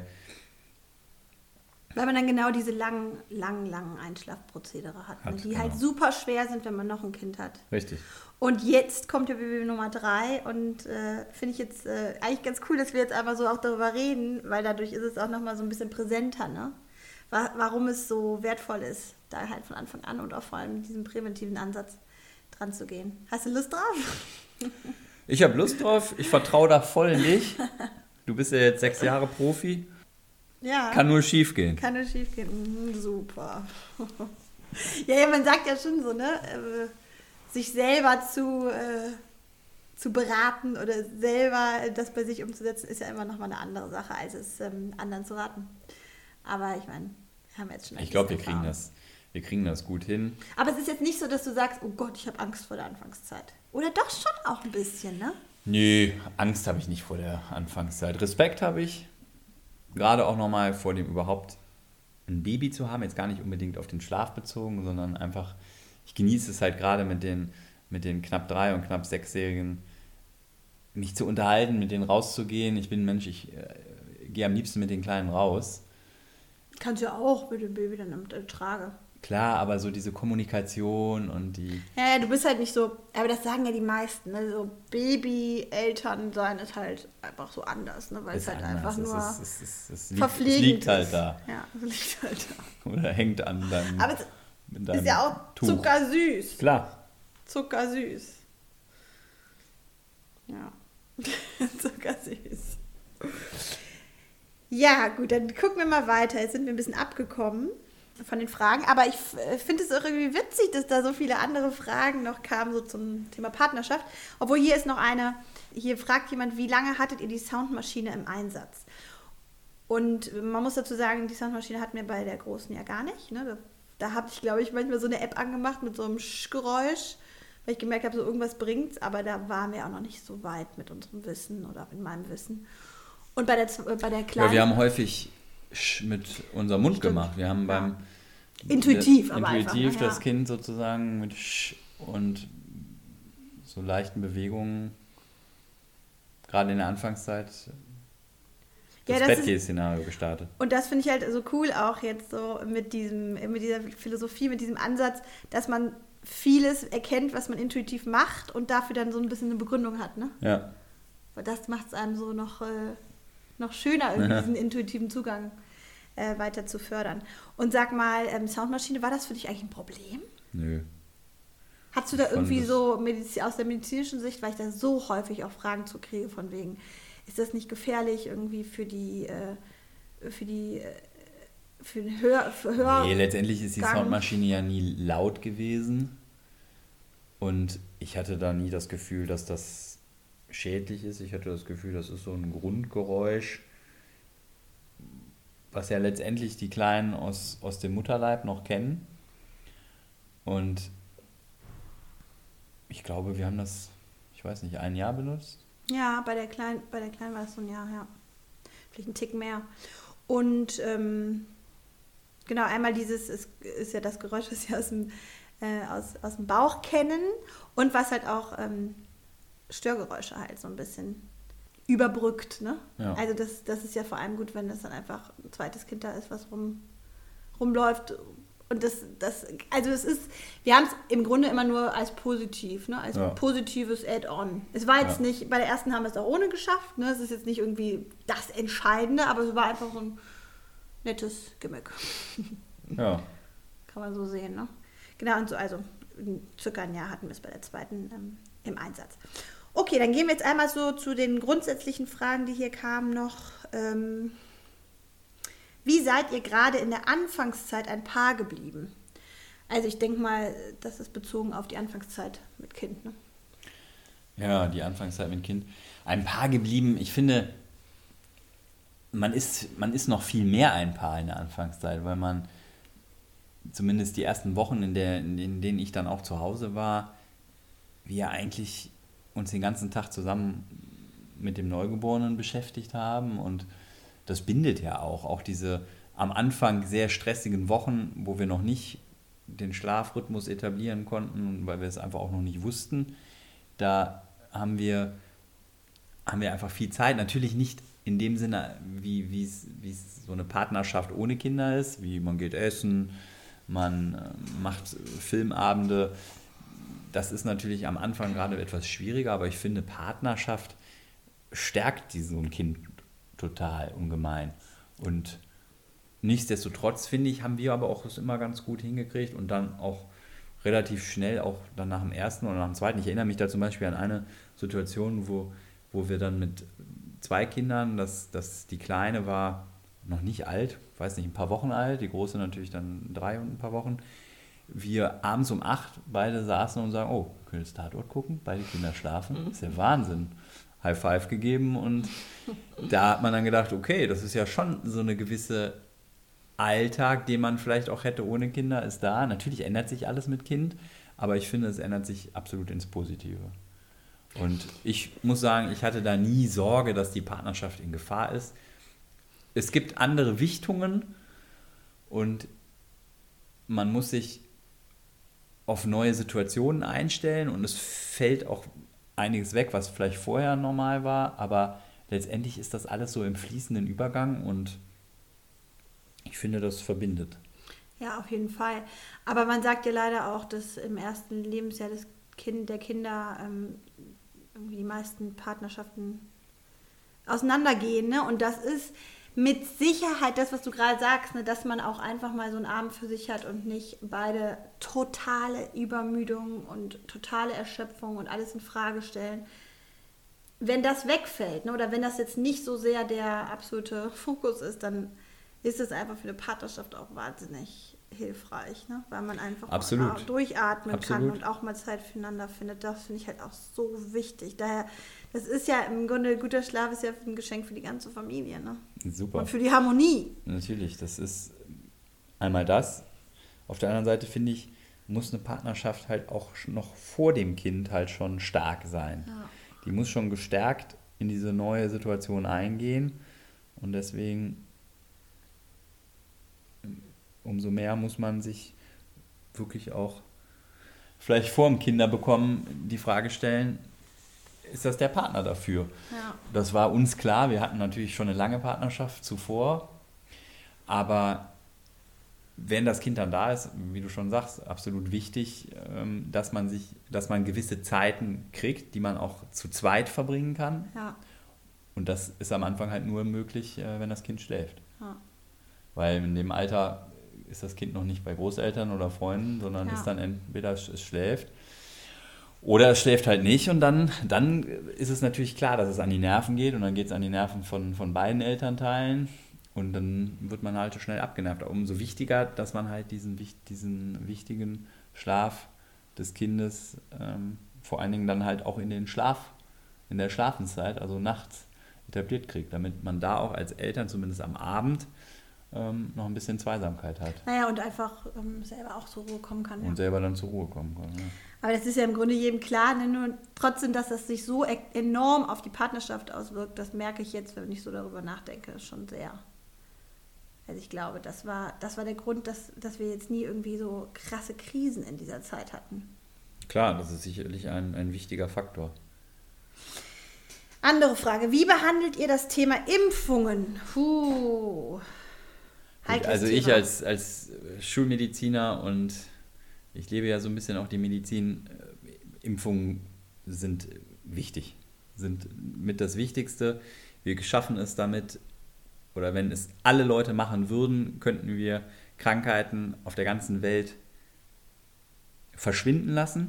Weil man dann genau diese langen, langen, langen Einschlafprozedere hat, hat ne? die genau. halt super schwer sind, wenn man noch ein Kind hat. Richtig. Und jetzt kommt ja Baby Nummer drei und äh, finde ich jetzt äh, eigentlich ganz cool, dass wir jetzt einfach so auch darüber reden, weil dadurch ist es auch nochmal so ein bisschen präsenter, ne? Wa- warum es so wertvoll ist, da halt von Anfang an und auch vor allem mit diesem präventiven Ansatz dran zu gehen. Hast du Lust drauf? Ich habe Lust drauf, ich vertraue da voll in dich. Du bist ja jetzt sechs Jahre Profi. Ja. Kann nur schief gehen. Kann nur schief gehen. Mhm, super. ja, ja, man sagt ja schon so, ne? Äh, sich selber zu, äh, zu beraten oder selber das bei sich umzusetzen, ist ja immer noch mal eine andere Sache, als es ähm, anderen zu raten. Aber ich meine, wir haben jetzt schon... Ich glaube, wir kriegen das, wir kriegen das gut hin. Aber es ist jetzt nicht so, dass du sagst, oh Gott, ich habe Angst vor der Anfangszeit. Oder doch schon auch ein bisschen, ne? Nee, Angst habe ich nicht vor der Anfangszeit. Respekt habe ich. Gerade auch nochmal vor dem überhaupt ein Baby zu haben, jetzt gar nicht unbedingt auf den Schlaf bezogen, sondern einfach, ich genieße es halt gerade mit den, mit den knapp drei- und knapp sechsjährigen, mich zu unterhalten, mit denen rauszugehen. Ich bin ein Mensch, ich äh, gehe am liebsten mit den Kleinen raus. Kannst du ja auch mit dem Baby dann im äh, Trage. Klar, aber so diese Kommunikation und die... Ja, ja, du bist halt nicht so, aber das sagen ja die meisten, ne? So Baby-Eltern sein ist halt einfach so anders, ne? Weil es halt anders. einfach nur es, ist, es, ist, es, liegt, verpflegend es liegt halt ist. da. Ja, es liegt halt da. Oder hängt an deinem, Aber es mit deinem ist ja auch Tuch. zuckersüß. Klar. Zuckersüß. Ja. Zuckersüß. Ja, gut, dann gucken wir mal weiter. Jetzt sind wir ein bisschen abgekommen von den Fragen, aber ich finde es auch irgendwie witzig, dass da so viele andere Fragen noch kamen, so zum Thema Partnerschaft. Obwohl hier ist noch eine, hier fragt jemand, wie lange hattet ihr die Soundmaschine im Einsatz? Und man muss dazu sagen, die Soundmaschine hatten wir bei der Großen ja gar nicht. Ne? Da, da habe ich, glaube ich, manchmal so eine App angemacht mit so einem Sch-Geräusch, weil ich gemerkt habe, so irgendwas bringt's, aber da waren wir auch noch nicht so weit mit unserem Wissen oder mit meinem Wissen. Und bei der, bei der Kleinen... Ja, wir haben häufig mit unserem Mund Stimmt. gemacht. Wir haben beim... Intuitiv, der, aber Intuitiv einfach, ne? das Kind sozusagen mit Sch und so leichten Bewegungen, gerade in der Anfangszeit, das Ja, das Bettgeh-Szenario gestartet. Und das finde ich halt so cool auch jetzt so mit diesem, mit dieser Philosophie, mit diesem Ansatz, dass man vieles erkennt, was man intuitiv macht und dafür dann so ein bisschen eine Begründung hat, ne? Ja. Weil das macht es einem so noch, äh, noch schöner, irgendwie Ja. diesen intuitiven Zugang äh, weiter zu fördern. Und sag mal, ähm, Soundmaschine, war das für dich eigentlich ein Problem? Nö. Hast du da Ich fand irgendwie das- so Mediz- aus der medizinischen Sicht, weil ich da so häufig auch Fragen zu kriege, von wegen, ist das nicht gefährlich irgendwie für die, äh, für die, äh, für den Hör, für Hör Nee, letztendlich ist die Gang. Soundmaschine ja nie laut gewesen. Und ich hatte da nie das Gefühl, dass das schädlich ist. Ich hatte das Gefühl, das ist so ein Grundgeräusch, was ja letztendlich die Kleinen aus, aus dem Mutterleib noch kennen. Und ich glaube, wir haben das, ich weiß nicht, ein Jahr benutzt. Ja, bei der Kleinen, bei der Kleinen war es so ein Jahr, ja. Vielleicht ein Tick mehr. Und ähm, genau, einmal dieses, ist, ist ja das Geräusch, was wir aus dem, äh, aus, aus dem Bauch kennen und was halt auch ähm, Störgeräusche halt so ein bisschen überbrückt, ne? Ja. Also das, das ist ja vor allem gut, wenn das dann einfach ein zweites Kind da ist, was rum, rumläuft. Und das, das, also es ist, wir haben es im Grunde immer nur als positiv, ne? Als Ja. positives Add-on. Es war jetzt Ja. nicht, bei der ersten haben wir es auch ohne geschafft, ne? Es ist jetzt nicht irgendwie das Entscheidende, aber es war einfach so ein nettes Gimmick. Ja. Kann man so sehen, ne? Genau, und so, also circa ein Jahr hatten wir es bei der zweiten ähm, im Einsatz. Okay, dann gehen wir jetzt einmal so zu den grundsätzlichen Fragen, die hier kamen noch. Ähm, wie seid ihr gerade in der Anfangszeit ein Paar geblieben? Also ich denke mal, das ist bezogen auf die Anfangszeit mit Kind, ne? Ja, die Anfangszeit mit Kind. Ein Paar geblieben. Ich finde, man ist, man ist noch viel mehr ein Paar in der Anfangszeit, weil man zumindest die ersten Wochen, in, der, in denen ich dann auch zu Hause war, wir eigentlich uns den ganzen Tag zusammen mit dem Neugeborenen beschäftigt haben. Und das bindet ja auch. Auch diese am Anfang sehr stressigen Wochen, wo wir noch nicht den Schlafrhythmus etablieren konnten, weil wir es einfach auch noch nicht wussten, da haben wir, haben wir einfach viel Zeit. Natürlich nicht in dem Sinne, wie wie es wie es so eine Partnerschaft ohne Kinder ist, wie man geht essen, man äh, macht Filmabende. Das ist natürlich am Anfang gerade etwas schwieriger, aber ich finde, Partnerschaft stärkt die, so ein Kind total ungemein. Und nichtsdestotrotz, finde ich, haben wir aber auch es immer ganz gut hingekriegt und dann auch relativ schnell, auch dann nach dem ersten oder nach dem zweiten. Ich erinnere mich da zum Beispiel an eine Situation, wo, wo wir dann mit zwei Kindern, das, das, die Kleine war noch nicht alt, weiß nicht, ein paar Wochen alt, die Große natürlich dann drei und ein paar Wochen, wir abends um acht beide saßen und sagen, oh, wir können jetzt Tatort gucken, beide Kinder schlafen, das ist ja Wahnsinn. High Five gegeben und da hat man dann gedacht, okay, das ist ja schon so eine gewisse Alltag, den man vielleicht auch hätte ohne Kinder, ist da. Natürlich ändert sich alles mit Kind, aber ich finde, es ändert sich absolut ins Positive. Und ich muss sagen, ich hatte da nie Sorge, dass die Partnerschaft in Gefahr ist. Es gibt andere Wichtungen und man muss sich auf neue Situationen einstellen und es fällt auch einiges weg, was vielleicht vorher normal war, aber letztendlich ist das alles so im fließenden Übergang und ich finde, das verbindet. Ja, auf jeden Fall. Aber man sagt ja leider auch, dass im ersten Lebensjahr des kind, der Kinder ähm, irgendwie die meisten Partnerschaften auseinandergehen. Ne? Und das ist mit Sicherheit das, was du gerade sagst, ne? Dass man auch einfach mal so einen Abend für sich hat und nicht beide totale Übermüdung und totale Erschöpfung und alles in Frage stellen. Wenn das wegfällt, ne? Oder wenn das jetzt nicht so sehr der absolute Fokus ist, dann ist es einfach für eine Partnerschaft auch wahnsinnig hilfreich, ne? Weil man einfach Absolut. durchatmen Absolut. kann und auch mal Zeit füreinander findet. Das finde ich halt auch so wichtig. Daher, das ist ja im Grunde, guter Schlaf ist ja ein Geschenk für die ganze Familie, ne? Super. Und für die Harmonie. Natürlich, das ist einmal das. Auf der anderen Seite finde ich, muss eine Partnerschaft halt auch noch vor dem Kind halt schon stark sein. Ja. Die muss schon gestärkt in diese neue Situation eingehen und deswegen umso mehr muss man sich wirklich auch vielleicht vor dem Kinderbekommen die Frage stellen, ist das der Partner dafür? Ja. Das war uns klar, wir hatten natürlich schon eine lange Partnerschaft zuvor, aber wenn das Kind dann da ist, wie du schon sagst, absolut wichtig, dass man sich, dass man gewisse Zeiten kriegt, die man auch zu zweit verbringen kann. Ja. Und das ist am Anfang halt nur möglich, wenn das Kind schläft. Ja. Weil in dem Alter ist das Kind noch nicht bei Großeltern oder Freunden, sondern ja. ist dann entweder es schläft oder es schläft halt nicht und dann, dann ist es natürlich klar, dass es an die Nerven geht und dann geht es an die Nerven von, von beiden Elternteilen und dann wird man halt schnell abgenervt. Aber umso wichtiger, dass man halt diesen, diesen wichtigen Schlaf des Kindes ähm, vor allen Dingen dann halt auch in den Schlaf, in der Schlafenszeit, also nachts, etabliert kriegt, damit man da auch als Eltern zumindest am Abend ähm, noch ein bisschen Zweisamkeit hat. Naja, und einfach ähm, selber auch zur Ruhe kommen kann. Und ja. selber dann zur Ruhe kommen kann. Ja. Aber das ist ja im Grunde jedem klar, ne? Nur trotzdem, dass das sich so e- enorm auf die Partnerschaft auswirkt, das merke ich jetzt, wenn ich so darüber nachdenke, schon sehr. Also ich glaube, das war, das war der Grund, dass, dass wir jetzt nie irgendwie so krasse Krisen in dieser Zeit hatten. Klar, das ist sicherlich ein, ein wichtiger Faktor. Andere Frage, wie behandelt ihr das Thema Impfungen? Puh. Gut, also Thema. Ich als, als Schulmediziner und ich lebe ja so ein bisschen auch die Medizin, Impfungen sind wichtig, sind mit das Wichtigste. Wir schaffen es damit, oder wenn es alle Leute machen würden, könnten wir Krankheiten auf der ganzen Welt verschwinden lassen.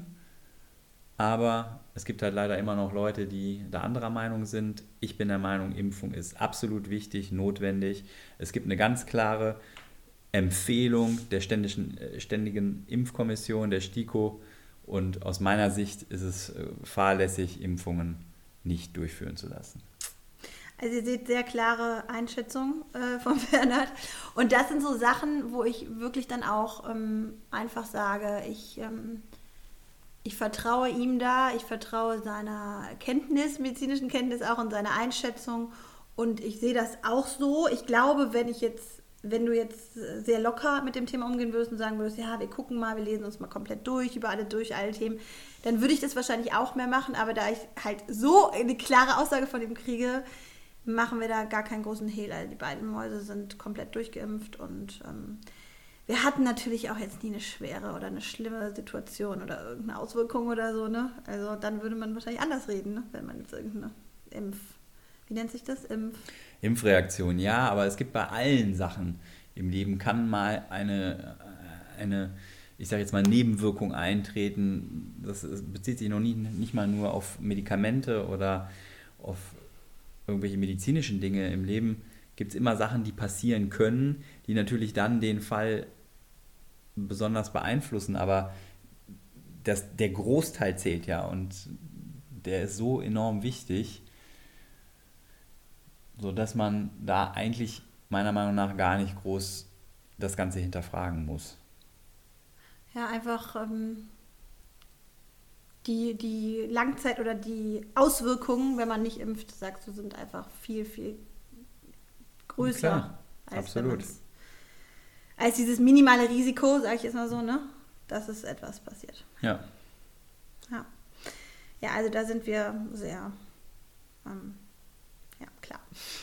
Aber es gibt halt leider immer noch Leute, die da anderer Meinung sind. Ich bin der Meinung, Impfung ist absolut wichtig, notwendig. Es gibt eine ganz klare Empfehlung der ständigen, ständigen Impfkommission, der STIKO. Und aus meiner Sicht ist es fahrlässig, Impfungen nicht durchführen zu lassen. Also ihr seht sehr klare Einschätzung äh, von Bernhard. Und das sind so Sachen, wo ich wirklich dann auch ähm, einfach sage, ich... Ähm, Ich vertraue ihm da, ich vertraue seiner Kenntnis, medizinischen Kenntnis auch und seiner Einschätzung und ich sehe das auch so. Ich glaube, wenn ich jetzt, wenn du jetzt sehr locker mit dem Thema umgehen würdest und sagen würdest, ja, wir gucken mal, wir lesen uns mal komplett durch, über alle durch, alle Themen, dann würde ich das wahrscheinlich auch mehr machen, aber da ich halt so eine klare Aussage von ihm kriege, machen wir da gar keinen großen Hehl. Also die beiden Mäuse sind komplett durchgeimpft und ähm, wir hatten natürlich auch jetzt nie eine schwere oder eine schlimme Situation oder irgendeine Auswirkung oder so, ne? Also dann würde man wahrscheinlich anders reden, ne? Wenn man jetzt irgendeine Impf... Wie nennt sich das? Impf... Impfreaktion, ja, aber es gibt bei allen Sachen im Leben, kann mal eine, eine ich sage jetzt mal, Nebenwirkung eintreten. Das bezieht sich noch nie, nicht mal nur auf Medikamente oder auf irgendwelche medizinischen Dinge im Leben. Gibt es immer Sachen, die passieren können, die natürlich dann den Fall besonders beeinflussen, aber das, der Großteil zählt ja und der ist so enorm wichtig, sodass man da eigentlich meiner Meinung nach gar nicht groß das Ganze hinterfragen muss. Ja, einfach ähm, die, die Langzeit- oder die Auswirkungen, wenn man nicht impft, sagst du, sind einfach viel, viel größer. Klar, als absolut. als dieses minimale Risiko, sage ich jetzt mal so, ne, dass es etwas passiert. Ja. Ja, ja, also da sind wir sehr, ähm, ja, klar.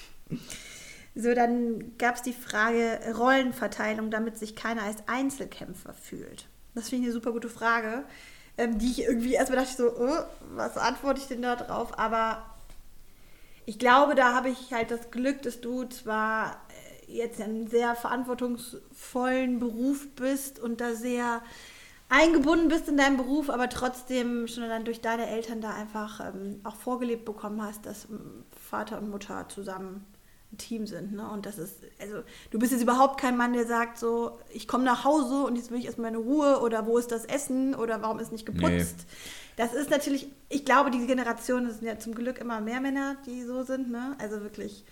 So, dann gab es die Frage Rollenverteilung, damit sich keiner als Einzelkämpfer fühlt. Das finde ich eine super gute Frage, ähm, die ich irgendwie erstmal dachte so, oh, was antworte ich denn da drauf? Aber ich glaube, da habe ich halt das Glück, dass du zwar jetzt in einem sehr verantwortungsvollen Beruf bist und da sehr eingebunden bist in deinem Beruf, aber trotzdem schon dann durch deine Eltern da einfach ähm, auch vorgelebt bekommen hast, dass Vater und Mutter zusammen ein Team sind. Ne? Und das ist, also du bist jetzt überhaupt kein Mann, der sagt so, ich komme nach Hause und jetzt will ich erstmal eine Ruhe oder wo ist das Essen oder warum ist nicht geputzt. Nee. Das ist natürlich, ich glaube, diese Generation, das sind ja zum Glück immer mehr Männer, die so sind, ne? Also wirklich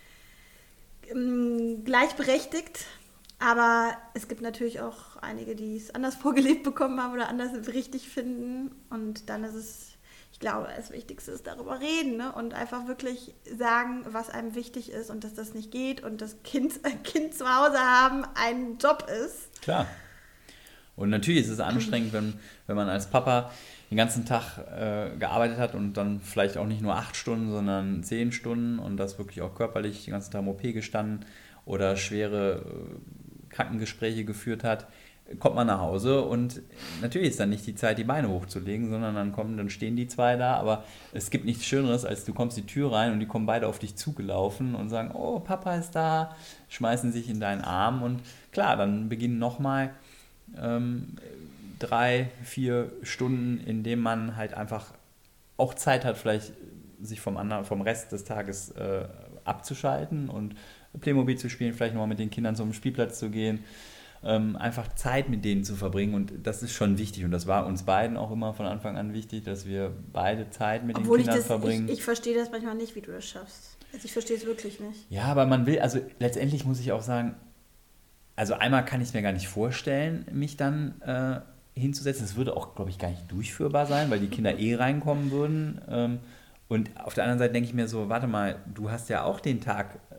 ähm, gleichberechtigt. Aber es gibt natürlich auch einige, die es anders vorgelebt bekommen haben oder anders richtig finden. Und dann ist es, ich glaube, das Wichtigste ist darüber reden, ne? Und einfach wirklich sagen, was einem wichtig ist und dass das nicht geht und das Kind, ein Kind zu Hause haben ein Job ist. Klar. Und natürlich ist es anstrengend, wenn, wenn man als Papa den ganzen Tag äh, gearbeitet hat und dann vielleicht auch nicht nur acht Stunden, sondern zehn Stunden und das wirklich auch körperlich den ganzen Tag im O P gestanden oder schwere äh, Krankengespräche geführt hat, kommt man nach Hause und natürlich ist dann nicht die Zeit, die Beine hochzulegen, sondern dann kommen, dann stehen die zwei da, aber es gibt nichts Schöneres, als du kommst die Tür rein und die kommen beide auf dich zugelaufen und sagen, oh, Papa ist da, schmeißen sich in deinen Arm und klar, dann beginnen nochmal ähm, drei, vier Stunden, in denen man halt einfach auch Zeit hat, vielleicht sich vom anderen, vom Rest des Tages äh, abzuschalten und Playmobil zu spielen, vielleicht nochmal mit den Kindern zum Spielplatz zu gehen, ähm, einfach Zeit mit denen zu verbringen und das ist schon wichtig und das war uns beiden auch immer von Anfang an wichtig, dass wir beide Zeit mit Obwohl den Kindern ich das, verbringen. Ich, ich verstehe das manchmal nicht, wie du das schaffst. Also ich verstehe es wirklich nicht. Ja, aber man will, also letztendlich muss ich auch sagen, also einmal kann ich es mir gar nicht vorstellen, mich dann äh, hinzusetzen. Das würde auch, glaube ich, gar nicht durchführbar sein, weil die Kinder eh reinkommen würden. Ähm, und auf der anderen Seite denke ich mir so, warte mal, du hast ja auch den Tag äh,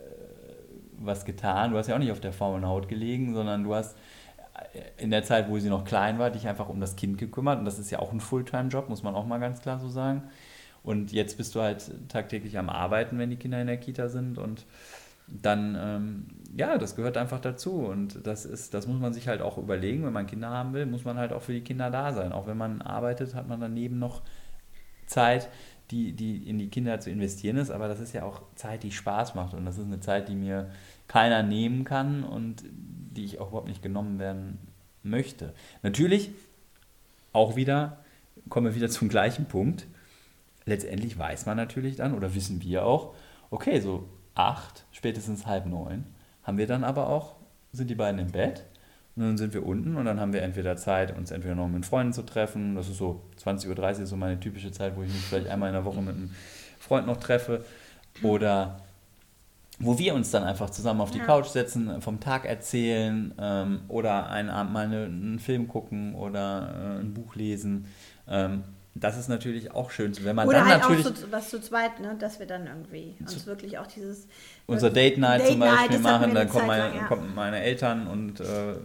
was getan. Du hast ja auch nicht auf der faulen Haut gelegen, sondern du hast in der Zeit, wo sie noch klein war, dich einfach um das Kind gekümmert. Und das ist ja auch ein Fulltime-Job, muss man auch mal ganz klar so sagen. Und jetzt bist du halt tagtäglich am Arbeiten, wenn die Kinder in der Kita sind. Und dann, ähm, ja, das gehört einfach dazu. Und das ist, das muss man sich halt auch überlegen. Wenn man Kinder haben will, muss man halt auch für die Kinder da sein. Auch wenn man arbeitet, hat man daneben noch Zeit, die, die in die Kinder zu investieren ist. Aber das ist ja auch Zeit, die Spaß macht. Und das ist eine Zeit, die mir keiner nehmen kann und die ich auch überhaupt nicht genommen werden möchte. Natürlich, auch wieder, kommen wir wieder zum gleichen Punkt. Letztendlich weiß man natürlich dann, oder wissen wir auch, okay, so acht, spätestens halb neun, haben wir dann aber auch, sind die beiden im Bett und dann sind wir unten und dann haben wir entweder Zeit, uns entweder noch mit Freunden zu treffen, das ist so zwanzig Uhr dreißig, ist so meine typische Zeit, wo ich mich vielleicht einmal in der Woche mit einem Freund noch treffe oder wo wir uns dann einfach zusammen auf die ja. Couch setzen, vom Tag erzählen ähm, oder einen Abend mal eine, einen Film gucken oder äh, ein Buch lesen. Ähm, das ist natürlich auch schön, wenn man oder dann halt natürlich... Oder auch so, was zu zweit, ne, dass wir dann irgendwie uns zu, wirklich auch dieses... Unser Date Night Date zum Beispiel Night, machen, dann kommen meine, lang, ja. kommen meine Eltern und äh,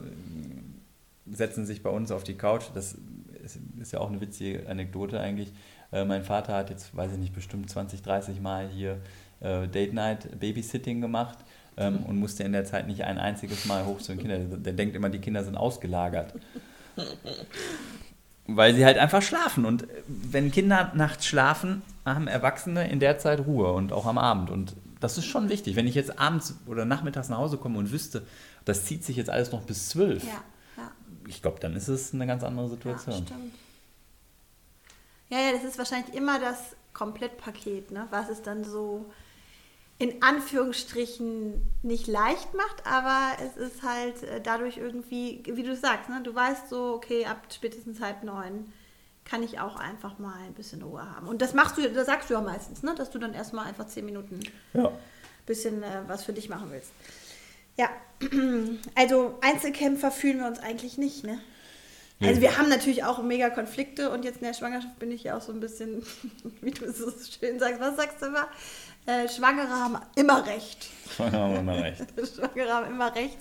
setzen sich bei uns auf die Couch. Das ist, ist ja auch eine witzige Anekdote eigentlich. Äh, mein Vater hat jetzt, weiß ich nicht, bestimmt zwanzig, dreißig Mal hier äh, Date Night Babysitting gemacht ähm, und musste in der Zeit nicht ein einziges Mal hoch zu den Kindern. Der denkt immer, die Kinder sind ausgelagert. Weil sie halt einfach schlafen. Und wenn Kinder nachts schlafen, haben Erwachsene in der Zeit Ruhe und auch am Abend. Und das ist schon wichtig. Wenn ich jetzt abends oder nachmittags nach Hause komme und wüsste, das zieht sich jetzt alles noch bis zwölf, ja, ja. ich glaube, dann ist es eine ganz andere Situation. Ja, stimmt. Ja, ja, das ist wahrscheinlich immer das Komplettpaket, ne? Was es dann so in Anführungsstrichen nicht leicht macht, aber es ist halt dadurch irgendwie, wie du sagst, ne? Du weißt so, okay, ab spätestens halb neun kann ich auch einfach mal ein bisschen Ruhe haben. Und das machst du, das sagst du ja meistens, ne? Dass du dann erstmal einfach zehn Minuten ja. bisschen äh, was für dich machen willst. Ja, also Einzelkämpfer fühlen wir uns eigentlich nicht, ne? Nee. Also wir haben natürlich auch mega Konflikte und jetzt in der Schwangerschaft bin ich ja auch so ein bisschen, wie du es so schön sagst, was sagst du immer? Äh, Schwangere haben immer recht. Schwangere haben immer recht. Schwangere haben immer recht.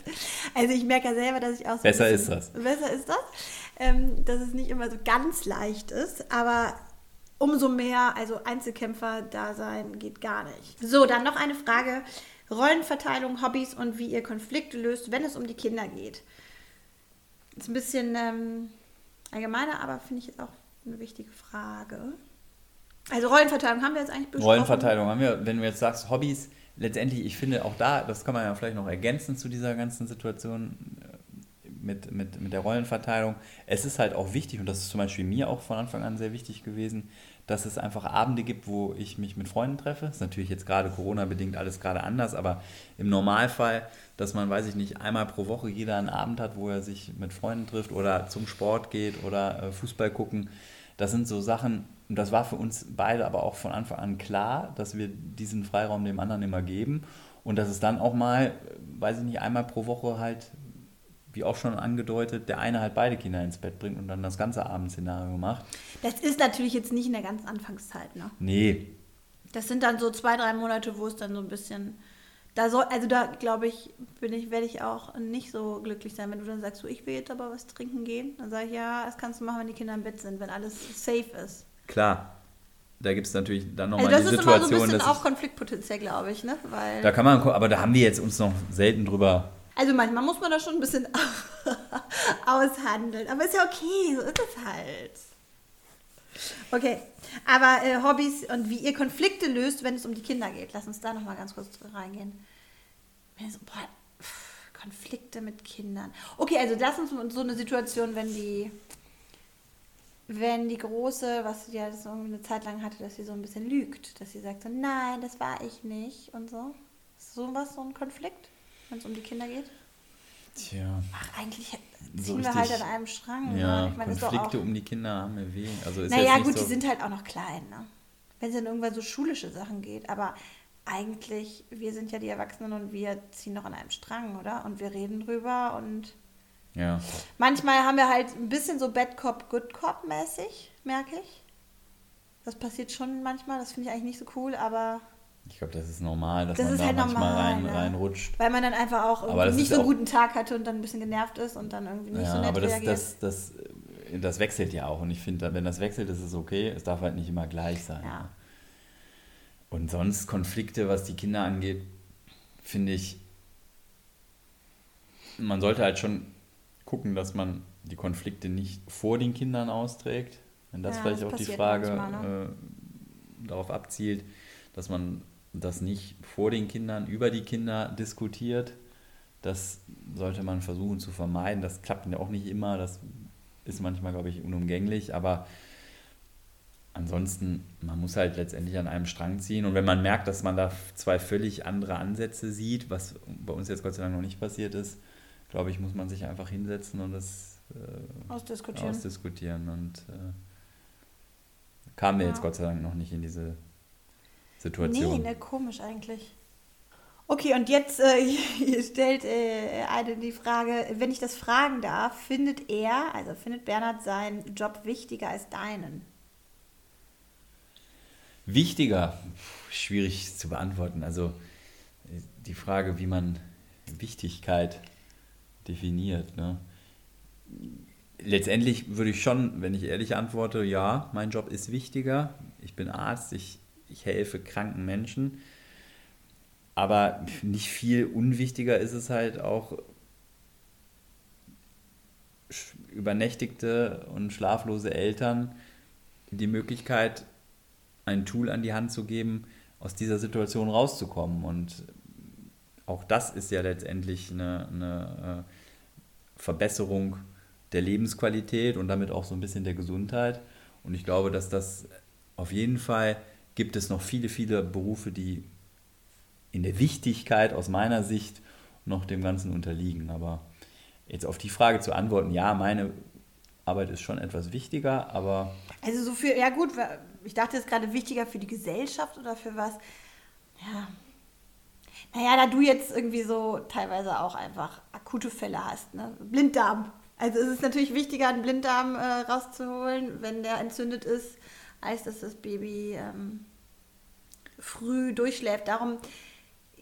Also ich merke ja selber, dass ich auch so Besser ein ist das. Besser ist das, ähm, dass es nicht immer so ganz leicht ist, aber umso mehr, also Einzelkämpfer-Dasein geht gar nicht. So, dann noch eine Frage. Rollenverteilung, Hobbys und wie ihr Konflikte löst, wenn es um die Kinder geht. Ist ein bisschen ähm, allgemeiner, aber finde ich jetzt auch eine wichtige Frage. Also Rollenverteilung haben wir jetzt eigentlich besprochen. Rollenverteilung haben wir, wenn du jetzt sagst Hobbys, letztendlich, ich finde auch da, das kann man ja vielleicht noch ergänzen zu dieser ganzen Situation mit, mit, mit der Rollenverteilung. Es ist halt auch wichtig, und das ist zum Beispiel mir auch von Anfang an sehr wichtig gewesen, dass es einfach Abende gibt, wo ich mich mit Freunden treffe. Das ist natürlich jetzt gerade Corona-bedingt alles gerade anders, aber im Normalfall, dass man, weiß ich nicht, einmal pro Woche jeder einen Abend hat, wo er sich mit Freunden trifft oder zum Sport geht oder äh, Fußball gucken. Das sind so Sachen, und das war für uns beide aber auch von Anfang an klar, dass wir diesen Freiraum dem anderen immer geben und dass es dann auch mal, weiß ich nicht, einmal pro Woche halt, wie auch schon angedeutet, der eine halt beide Kinder ins Bett bringt und dann das ganze Abendszenario macht. Das ist natürlich jetzt nicht in der ganzen Anfangszeit, ne? Nee. Das sind dann so zwei, drei Monate, wo es dann so ein bisschen, da soll, also da glaube ich, bin ich, werde ich auch nicht so glücklich sein, wenn du dann sagst, so, ich will jetzt aber was trinken gehen. Dann sage ich, ja, das kannst du machen, wenn die Kinder im Bett sind, wenn alles safe ist. Klar. Da gibt es natürlich dann nochmal also die Situation, das ist immer so ein bisschen dass auch Konfliktpotenzial, glaube ich, ne? Weil da kann man, aber da haben wir jetzt uns noch selten drüber. Also manchmal muss man da schon ein bisschen aushandeln. Aber ist ja okay, so ist es halt. Okay, aber äh, Hobbys und wie ihr Konflikte löst, wenn es um die Kinder geht. Lass uns da nochmal ganz kurz reingehen. So, boah, pff, Konflikte mit Kindern. Okay, also das ist so eine Situation, wenn die, wenn die Große, was sie ja das irgendwie eine Zeit lang hatte, dass sie so ein bisschen lügt. Dass sie sagt so, nein, das war ich nicht und so. Ist sowas so ein Konflikt? Wenn es um die Kinder geht? Tja. Ach, eigentlich ziehen so wir halt an einem Strang. Ja, ne? Ich meine, Konflikte auch, um die Kinder haben wir weh. Also ist naja, jetzt gut, nicht so, die sind halt auch noch klein, ne? Wenn es dann irgendwann so schulische Sachen geht. Aber eigentlich, wir sind ja die Erwachsenen und wir ziehen noch an einem Strang, oder? Und wir reden drüber und ja. manchmal haben wir halt ein bisschen so Bad Cop, Good Cop mäßig, merke ich. Das passiert schon manchmal, das finde ich eigentlich nicht so cool, aber ich glaube, das ist normal, dass das man ist da halt manchmal normal, rein, ne? reinrutscht. Weil man dann einfach auch Aber das irgendwie nicht ist so auch- einen guten Tag hatte und dann ein bisschen genervt ist und dann irgendwie nicht Ja, so nett aber das, reagiert. das, das, das wechselt ja auch. Und ich finde, wenn das wechselt, ist es okay. Es darf halt nicht immer gleich sein. Ja. Und sonst Konflikte, was die Kinder angeht, finde ich, man sollte halt schon gucken, dass man die Konflikte nicht vor den Kindern austrägt. Wenn das Ja, vielleicht das auch die passiert Frage manchmal, ne? äh, darauf abzielt, dass man das nicht vor den Kindern, über die Kinder diskutiert. Das sollte man versuchen zu vermeiden. Das klappt ja auch nicht immer. Das ist manchmal, glaube ich, unumgänglich. Aber ansonsten, man muss halt letztendlich an einem Strang ziehen. Und wenn man merkt, dass man da zwei völlig andere Ansätze sieht, was bei uns jetzt Gott sei Dank noch nicht passiert ist, glaube ich, muss man sich einfach hinsetzen und das äh, Ausdiskutieren. ausdiskutieren. Und äh, kamen wir Ja. jetzt Gott sei Dank noch nicht in diese Situation. Nee, ne, komisch eigentlich. Okay, und jetzt äh, hier stellt äh, eine die Frage, wenn ich das fragen darf, findet er, also findet Bernhard seinen Job wichtiger als deinen? Wichtiger, schwierig zu beantworten. Also die Frage, wie man Wichtigkeit definiert. Ne? Letztendlich würde ich schon, wenn ich ehrlich antworte, ja, mein Job ist wichtiger. Ich bin Arzt, ich, ich helfe kranken Menschen. Aber nicht viel unwichtiger ist es halt auch, übernächtigte und schlaflose Eltern die Möglichkeit, ein Tool an die Hand zu geben, aus dieser Situation rauszukommen. Und auch das ist ja letztendlich eine, eine Verbesserung der Lebensqualität und damit auch so ein bisschen der Gesundheit. Und ich glaube, dass das auf jeden Fall gibt es noch viele, viele Berufe, die in der Wichtigkeit aus meiner Sicht noch dem Ganzen unterliegen. Aber jetzt auf die Frage zu antworten, ja, meine Arbeit ist schon etwas wichtiger, aber... Also so für, ja gut, ich dachte jetzt gerade wichtiger für die Gesellschaft oder für was? Ja. Naja, da du jetzt irgendwie so teilweise auch einfach akute Fälle hast, ne? Blinddarm. Also es ist natürlich wichtiger, einen Blinddarm äh, rauszuholen, wenn der entzündet ist, als dass das Baby ähm, früh durchschläft. Darum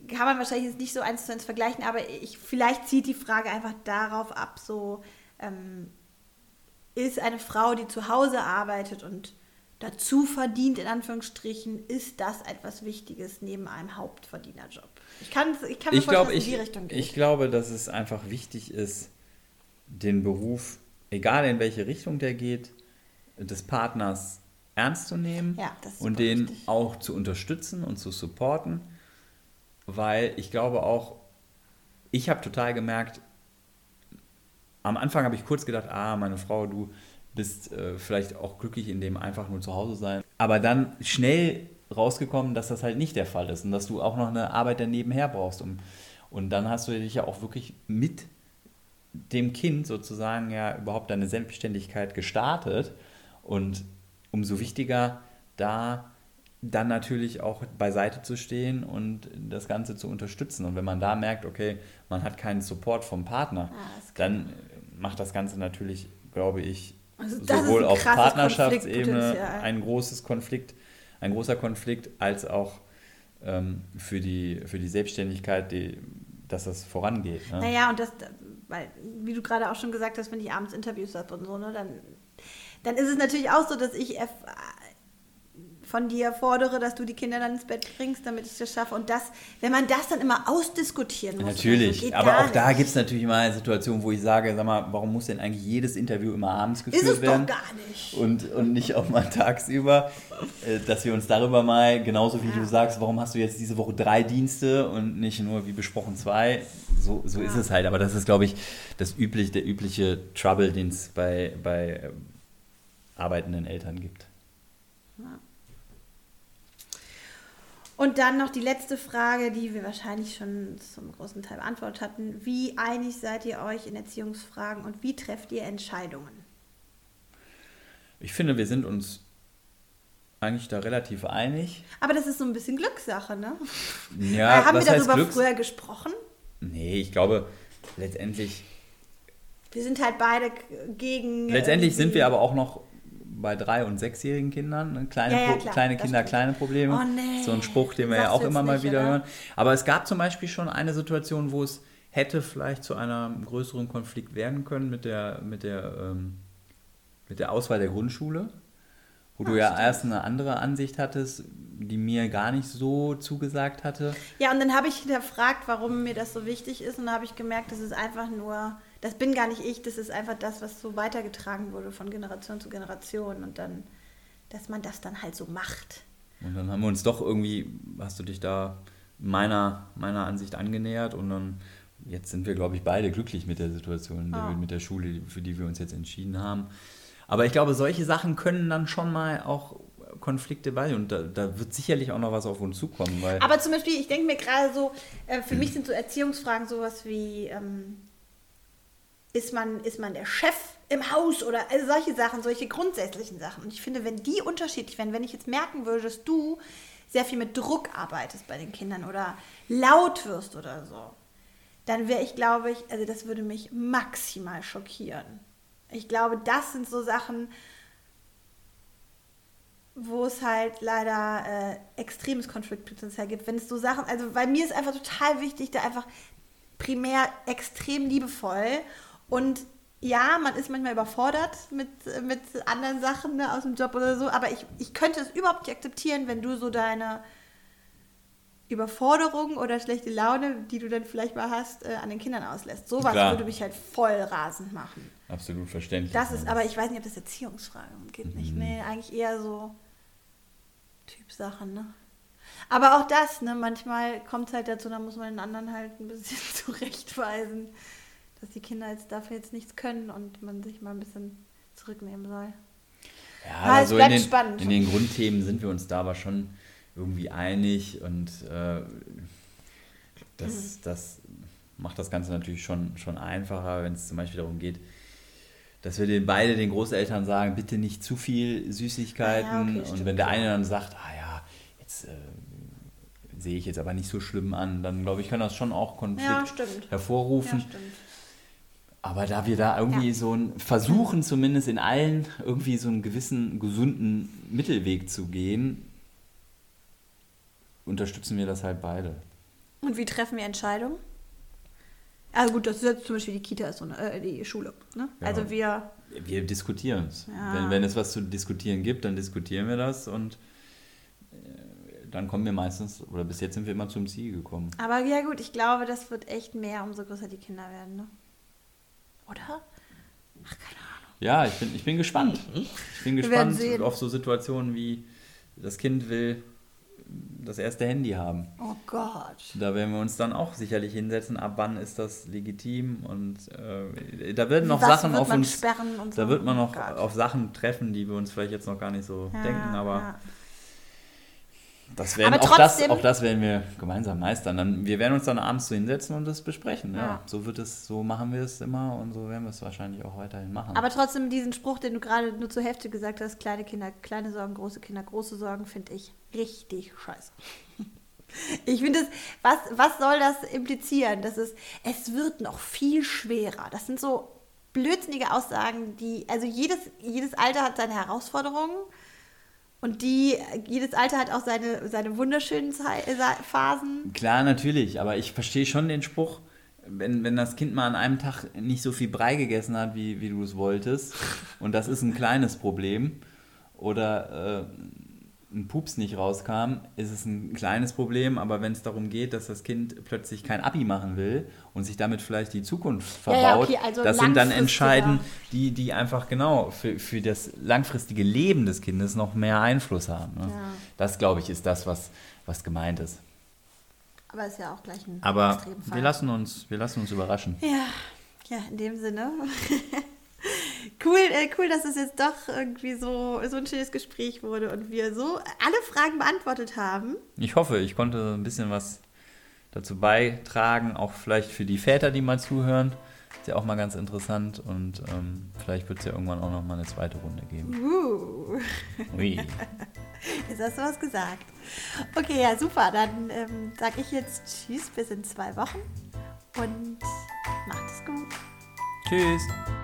kann man wahrscheinlich jetzt nicht so eins zu eins vergleichen, aber ich, vielleicht zieht die Frage einfach darauf ab, so ähm, ist eine Frau, die zu Hause arbeitet und dazu verdient, in Anführungsstrichen, ist das etwas Wichtiges neben einem Hauptverdienerjob? Ich kann, ich kann mir ich vorstellen, glaub, dass es ich, in die Richtung geht. Ich glaube, dass es einfach wichtig ist, den Beruf, egal in welche Richtung der geht, des Partners ernst zu nehmen ja, das ist und den wichtig. auch zu unterstützen und zu supporten, weil ich glaube auch, ich habe total gemerkt, am Anfang habe ich kurz gedacht, ah, meine Frau, du bist äh, vielleicht auch glücklich in dem einfach nur zu Hause sein, aber dann schnell rausgekommen, dass das halt nicht der Fall ist und dass du auch noch eine Arbeit nebenher brauchst. Um, und dann hast du dich ja auch wirklich mit dem Kind sozusagen ja überhaupt deine Selbstständigkeit gestartet und umso wichtiger, da dann natürlich auch beiseite zu stehen und das Ganze zu unterstützen. Und wenn man da merkt, okay, man hat keinen Support vom Partner, Ah, das dann macht das Ganze natürlich, glaube ich, Also das sowohl ist ein auf krasses Partnerschaftsebene Konfliktpotenzial. ein großes Konflikt, ein großer Konflikt, als auch ähm, für, die, für die Selbstständigkeit, die, dass das vorangeht. Ne? Naja, und das, weil, wie du gerade auch schon gesagt hast, wenn ich abends Interviews habe und so, ne, dann, dann ist es natürlich auch so, dass ich erf- von dir fordere, dass du die Kinder dann ins Bett bringst, damit ich das schaffe. Und das, wenn man das dann immer ausdiskutieren muss. Natürlich, so, geht aber gar auch nicht. da gibt es natürlich immer eine Situation, wo ich sage, sag mal, warum muss denn eigentlich jedes Interview immer abends geführt Ist es werden? doch gar nicht. Und, und nicht auch mal tagsüber, äh, dass wir uns darüber mal, genauso wie Ja. du sagst, warum hast du jetzt diese Woche drei Dienste und nicht nur wie besprochen zwei? So, so Ja. ist es halt. Aber das ist, glaube ich, das üblich, der übliche Trouble, den es bei, bei äh, arbeitenden Eltern gibt. Ja. Und dann noch die letzte Frage, die wir wahrscheinlich schon zum großen Teil beantwortet hatten. Wie einig seid ihr euch in Erziehungsfragen und wie trefft ihr Entscheidungen? Ich finde, wir sind uns eigentlich da relativ einig. Aber das ist so ein bisschen Glückssache, ne? Ja, Äh, haben was wir heißt darüber Glücks- früher gesprochen? Nee, ich glaube, letztendlich, Wir sind halt beide k- gegen... letztendlich irgendwie- sind wir aber auch noch bei drei- und sechsjährigen Kindern. Ne? Kleine, Ja, ja, Pro- klar, kleine das Kinder, stimmt. kleine Probleme. Oh, nee. So ein Spruch, den wir Sagst ja auch du immer jetzt mal nicht, wieder oder? hören. Aber es gab zum Beispiel schon eine Situation, wo es hätte vielleicht zu einem größeren Konflikt werden können mit der, mit der, ähm, mit der Auswahl der Grundschule. Wo Ah, du ja stimmt. erst eine andere Ansicht hattest, die mir gar nicht so zugesagt hatte. Ja, und dann habe ich hinterfragt, warum mir das so wichtig ist. Und dann habe ich gemerkt, das ist einfach nur... Das bin gar nicht ich, das ist einfach das, was so weitergetragen wurde von Generation zu Generation. Und dann, dass man das dann halt so macht. Und dann haben wir uns doch irgendwie, hast du dich da meiner, meiner Ansicht angenähert und dann, jetzt sind wir, glaube ich, beide glücklich mit der Situation, in der Ah. wir, mit der Schule, für die wir uns jetzt entschieden haben. Aber ich glaube, solche Sachen können dann schon mal auch Konflikte bei und da, da wird sicherlich auch noch was auf uns zukommen. Weil Aber zum Beispiel, ich denke mir gerade so, äh, für mich sind so Erziehungsfragen sowas wie, ähm, ist man, ist man der Chef im Haus oder also solche Sachen, solche grundsätzlichen Sachen. Und ich finde, wenn die unterschiedlich wären, wenn ich jetzt merken würde, dass du sehr viel mit Druck arbeitest bei den Kindern oder laut wirst oder so, dann wäre ich, glaube ich, also das würde mich maximal schockieren. Ich glaube, das sind so Sachen, wo es halt leider äh, extremes Konfliktpotenzial gibt. Wenn es so Sachen, also bei mir ist einfach total wichtig, da einfach primär extrem liebevoll und ja, man ist manchmal überfordert mit, mit anderen Sachen, ne, aus dem Job oder so, aber ich, ich könnte es überhaupt nicht akzeptieren, wenn du so deine Überforderung oder schlechte Laune, die du dann vielleicht mal hast, äh, an den Kindern auslässt. Sowas Klar. würde mich halt voll rasend machen. absolut verständlich. Das ist, aber ich weiß nicht, ob das Erziehungsfragen geht nicht. Mhm. Nee, eigentlich eher so Typsachen, ne? Aber auch das, ne, manchmal kommt es halt dazu, da muss man den anderen halt ein bisschen zurechtweisen, dass die Kinder jetzt dafür jetzt nichts können und man sich mal ein bisschen zurücknehmen soll. Ja, Aber aber es so in bleibt den, spannend. in den Grundthemen sind wir uns da aber schon irgendwie einig und äh, das, Mhm. das macht das Ganze natürlich schon, schon einfacher, wenn es zum Beispiel darum geht, dass wir den beide den Großeltern sagen, bitte nicht zu viel Süßigkeiten. Ah ja, okay, und stimmt, wenn der ja. eine dann sagt, ah ja, jetzt äh, sehe ich jetzt aber nicht so schlimm an, dann glaube ich, kann das schon auch Konflikt Ja, stimmt. hervorrufen. Ja, stimmt. Aber da wir da irgendwie Ja. so ein versuchen, zumindest in allen irgendwie so einen gewissen gesunden Mittelweg zu gehen, unterstützen wir das halt beide. Und wie treffen wir Entscheidungen? Also gut, das ist jetzt zum Beispiel die Kita, ist so eine, äh, die Schule. Ne? Ja. Also wir... Wir diskutieren es. Ja. Wenn, wenn es was zu diskutieren gibt, dann diskutieren wir das und äh, dann kommen wir meistens, oder bis jetzt sind wir immer zum Ziel gekommen. Aber ja gut, ich glaube, das wird echt mehr, umso größer die Kinder werden, ne? Oder? Ach, keine Ahnung. Ja, ich bin, ich bin gespannt. Ich bin Wir werden gespannt sehen. auf so Situationen wie das Kind will das erste Handy haben. Oh Gott. Da werden wir uns dann auch sicherlich hinsetzen, ab wann ist das legitim und äh, da werden noch Was Sachen wird auf man uns, sperren und so? da wird man noch Oh Gott. auf Sachen treffen, die wir uns vielleicht jetzt noch gar nicht so Ja, denken, aber ja. das werden Aber auch, das, trotzdem- auch das werden wir gemeinsam meistern. Dann, wir werden uns dann abends so hinsetzen und das besprechen. Ja. Ja. So wird es, so machen wir es immer und so werden wir es wahrscheinlich auch weiterhin machen. Aber trotzdem diesen Spruch, den du gerade nur zur Hälfte gesagt hast, kleine Kinder, kleine Sorgen, große Kinder, große Sorgen, finde ich richtig scheiße. Ich finde es, was, was soll das implizieren? Das ist, es wird noch viel schwerer. Das sind so blödsinnige Aussagen, die, also jedes, jedes Alter hat seine Herausforderungen und die, jedes Alter hat auch seine, seine wunderschönen Zei- Phasen. Klar, natürlich, aber ich verstehe schon den Spruch, wenn, wenn das Kind mal an einem Tag nicht so viel Brei gegessen hat, wie, wie du es wolltest, und das ist ein kleines Problem, oder äh, ein Pups nicht rauskam, ist es ein kleines Problem, aber wenn es darum geht, dass das Kind plötzlich kein Abi machen will und sich damit vielleicht die Zukunft verbaut, Ja, ja, okay, also das sind dann langfristiger. Entscheiden, die, die einfach genau für, für das langfristige Leben des Kindes noch mehr Einfluss haben. Ne? Ja. Das, glaube ich, ist das, was, was gemeint ist. Aber ist ja auch gleich ein Aber Extremfall. wir lassen uns, wir lassen uns überraschen. Ja, ja, in dem Sinne. Cool, äh, cool, dass es jetzt doch irgendwie so, so ein schönes Gespräch wurde und wir so alle Fragen beantwortet haben. Ich hoffe, ich konnte ein bisschen was dazu beitragen, auch vielleicht für die Väter, die mal zuhören. Ist ja auch mal ganz interessant und ähm, vielleicht wird es ja irgendwann auch noch mal eine zweite Runde geben. Uh, Ui. jetzt hast du was gesagt. Okay, ja, super. Dann ähm, sage ich jetzt Tschüss bis in zwei Wochen und macht es gut. Tschüss.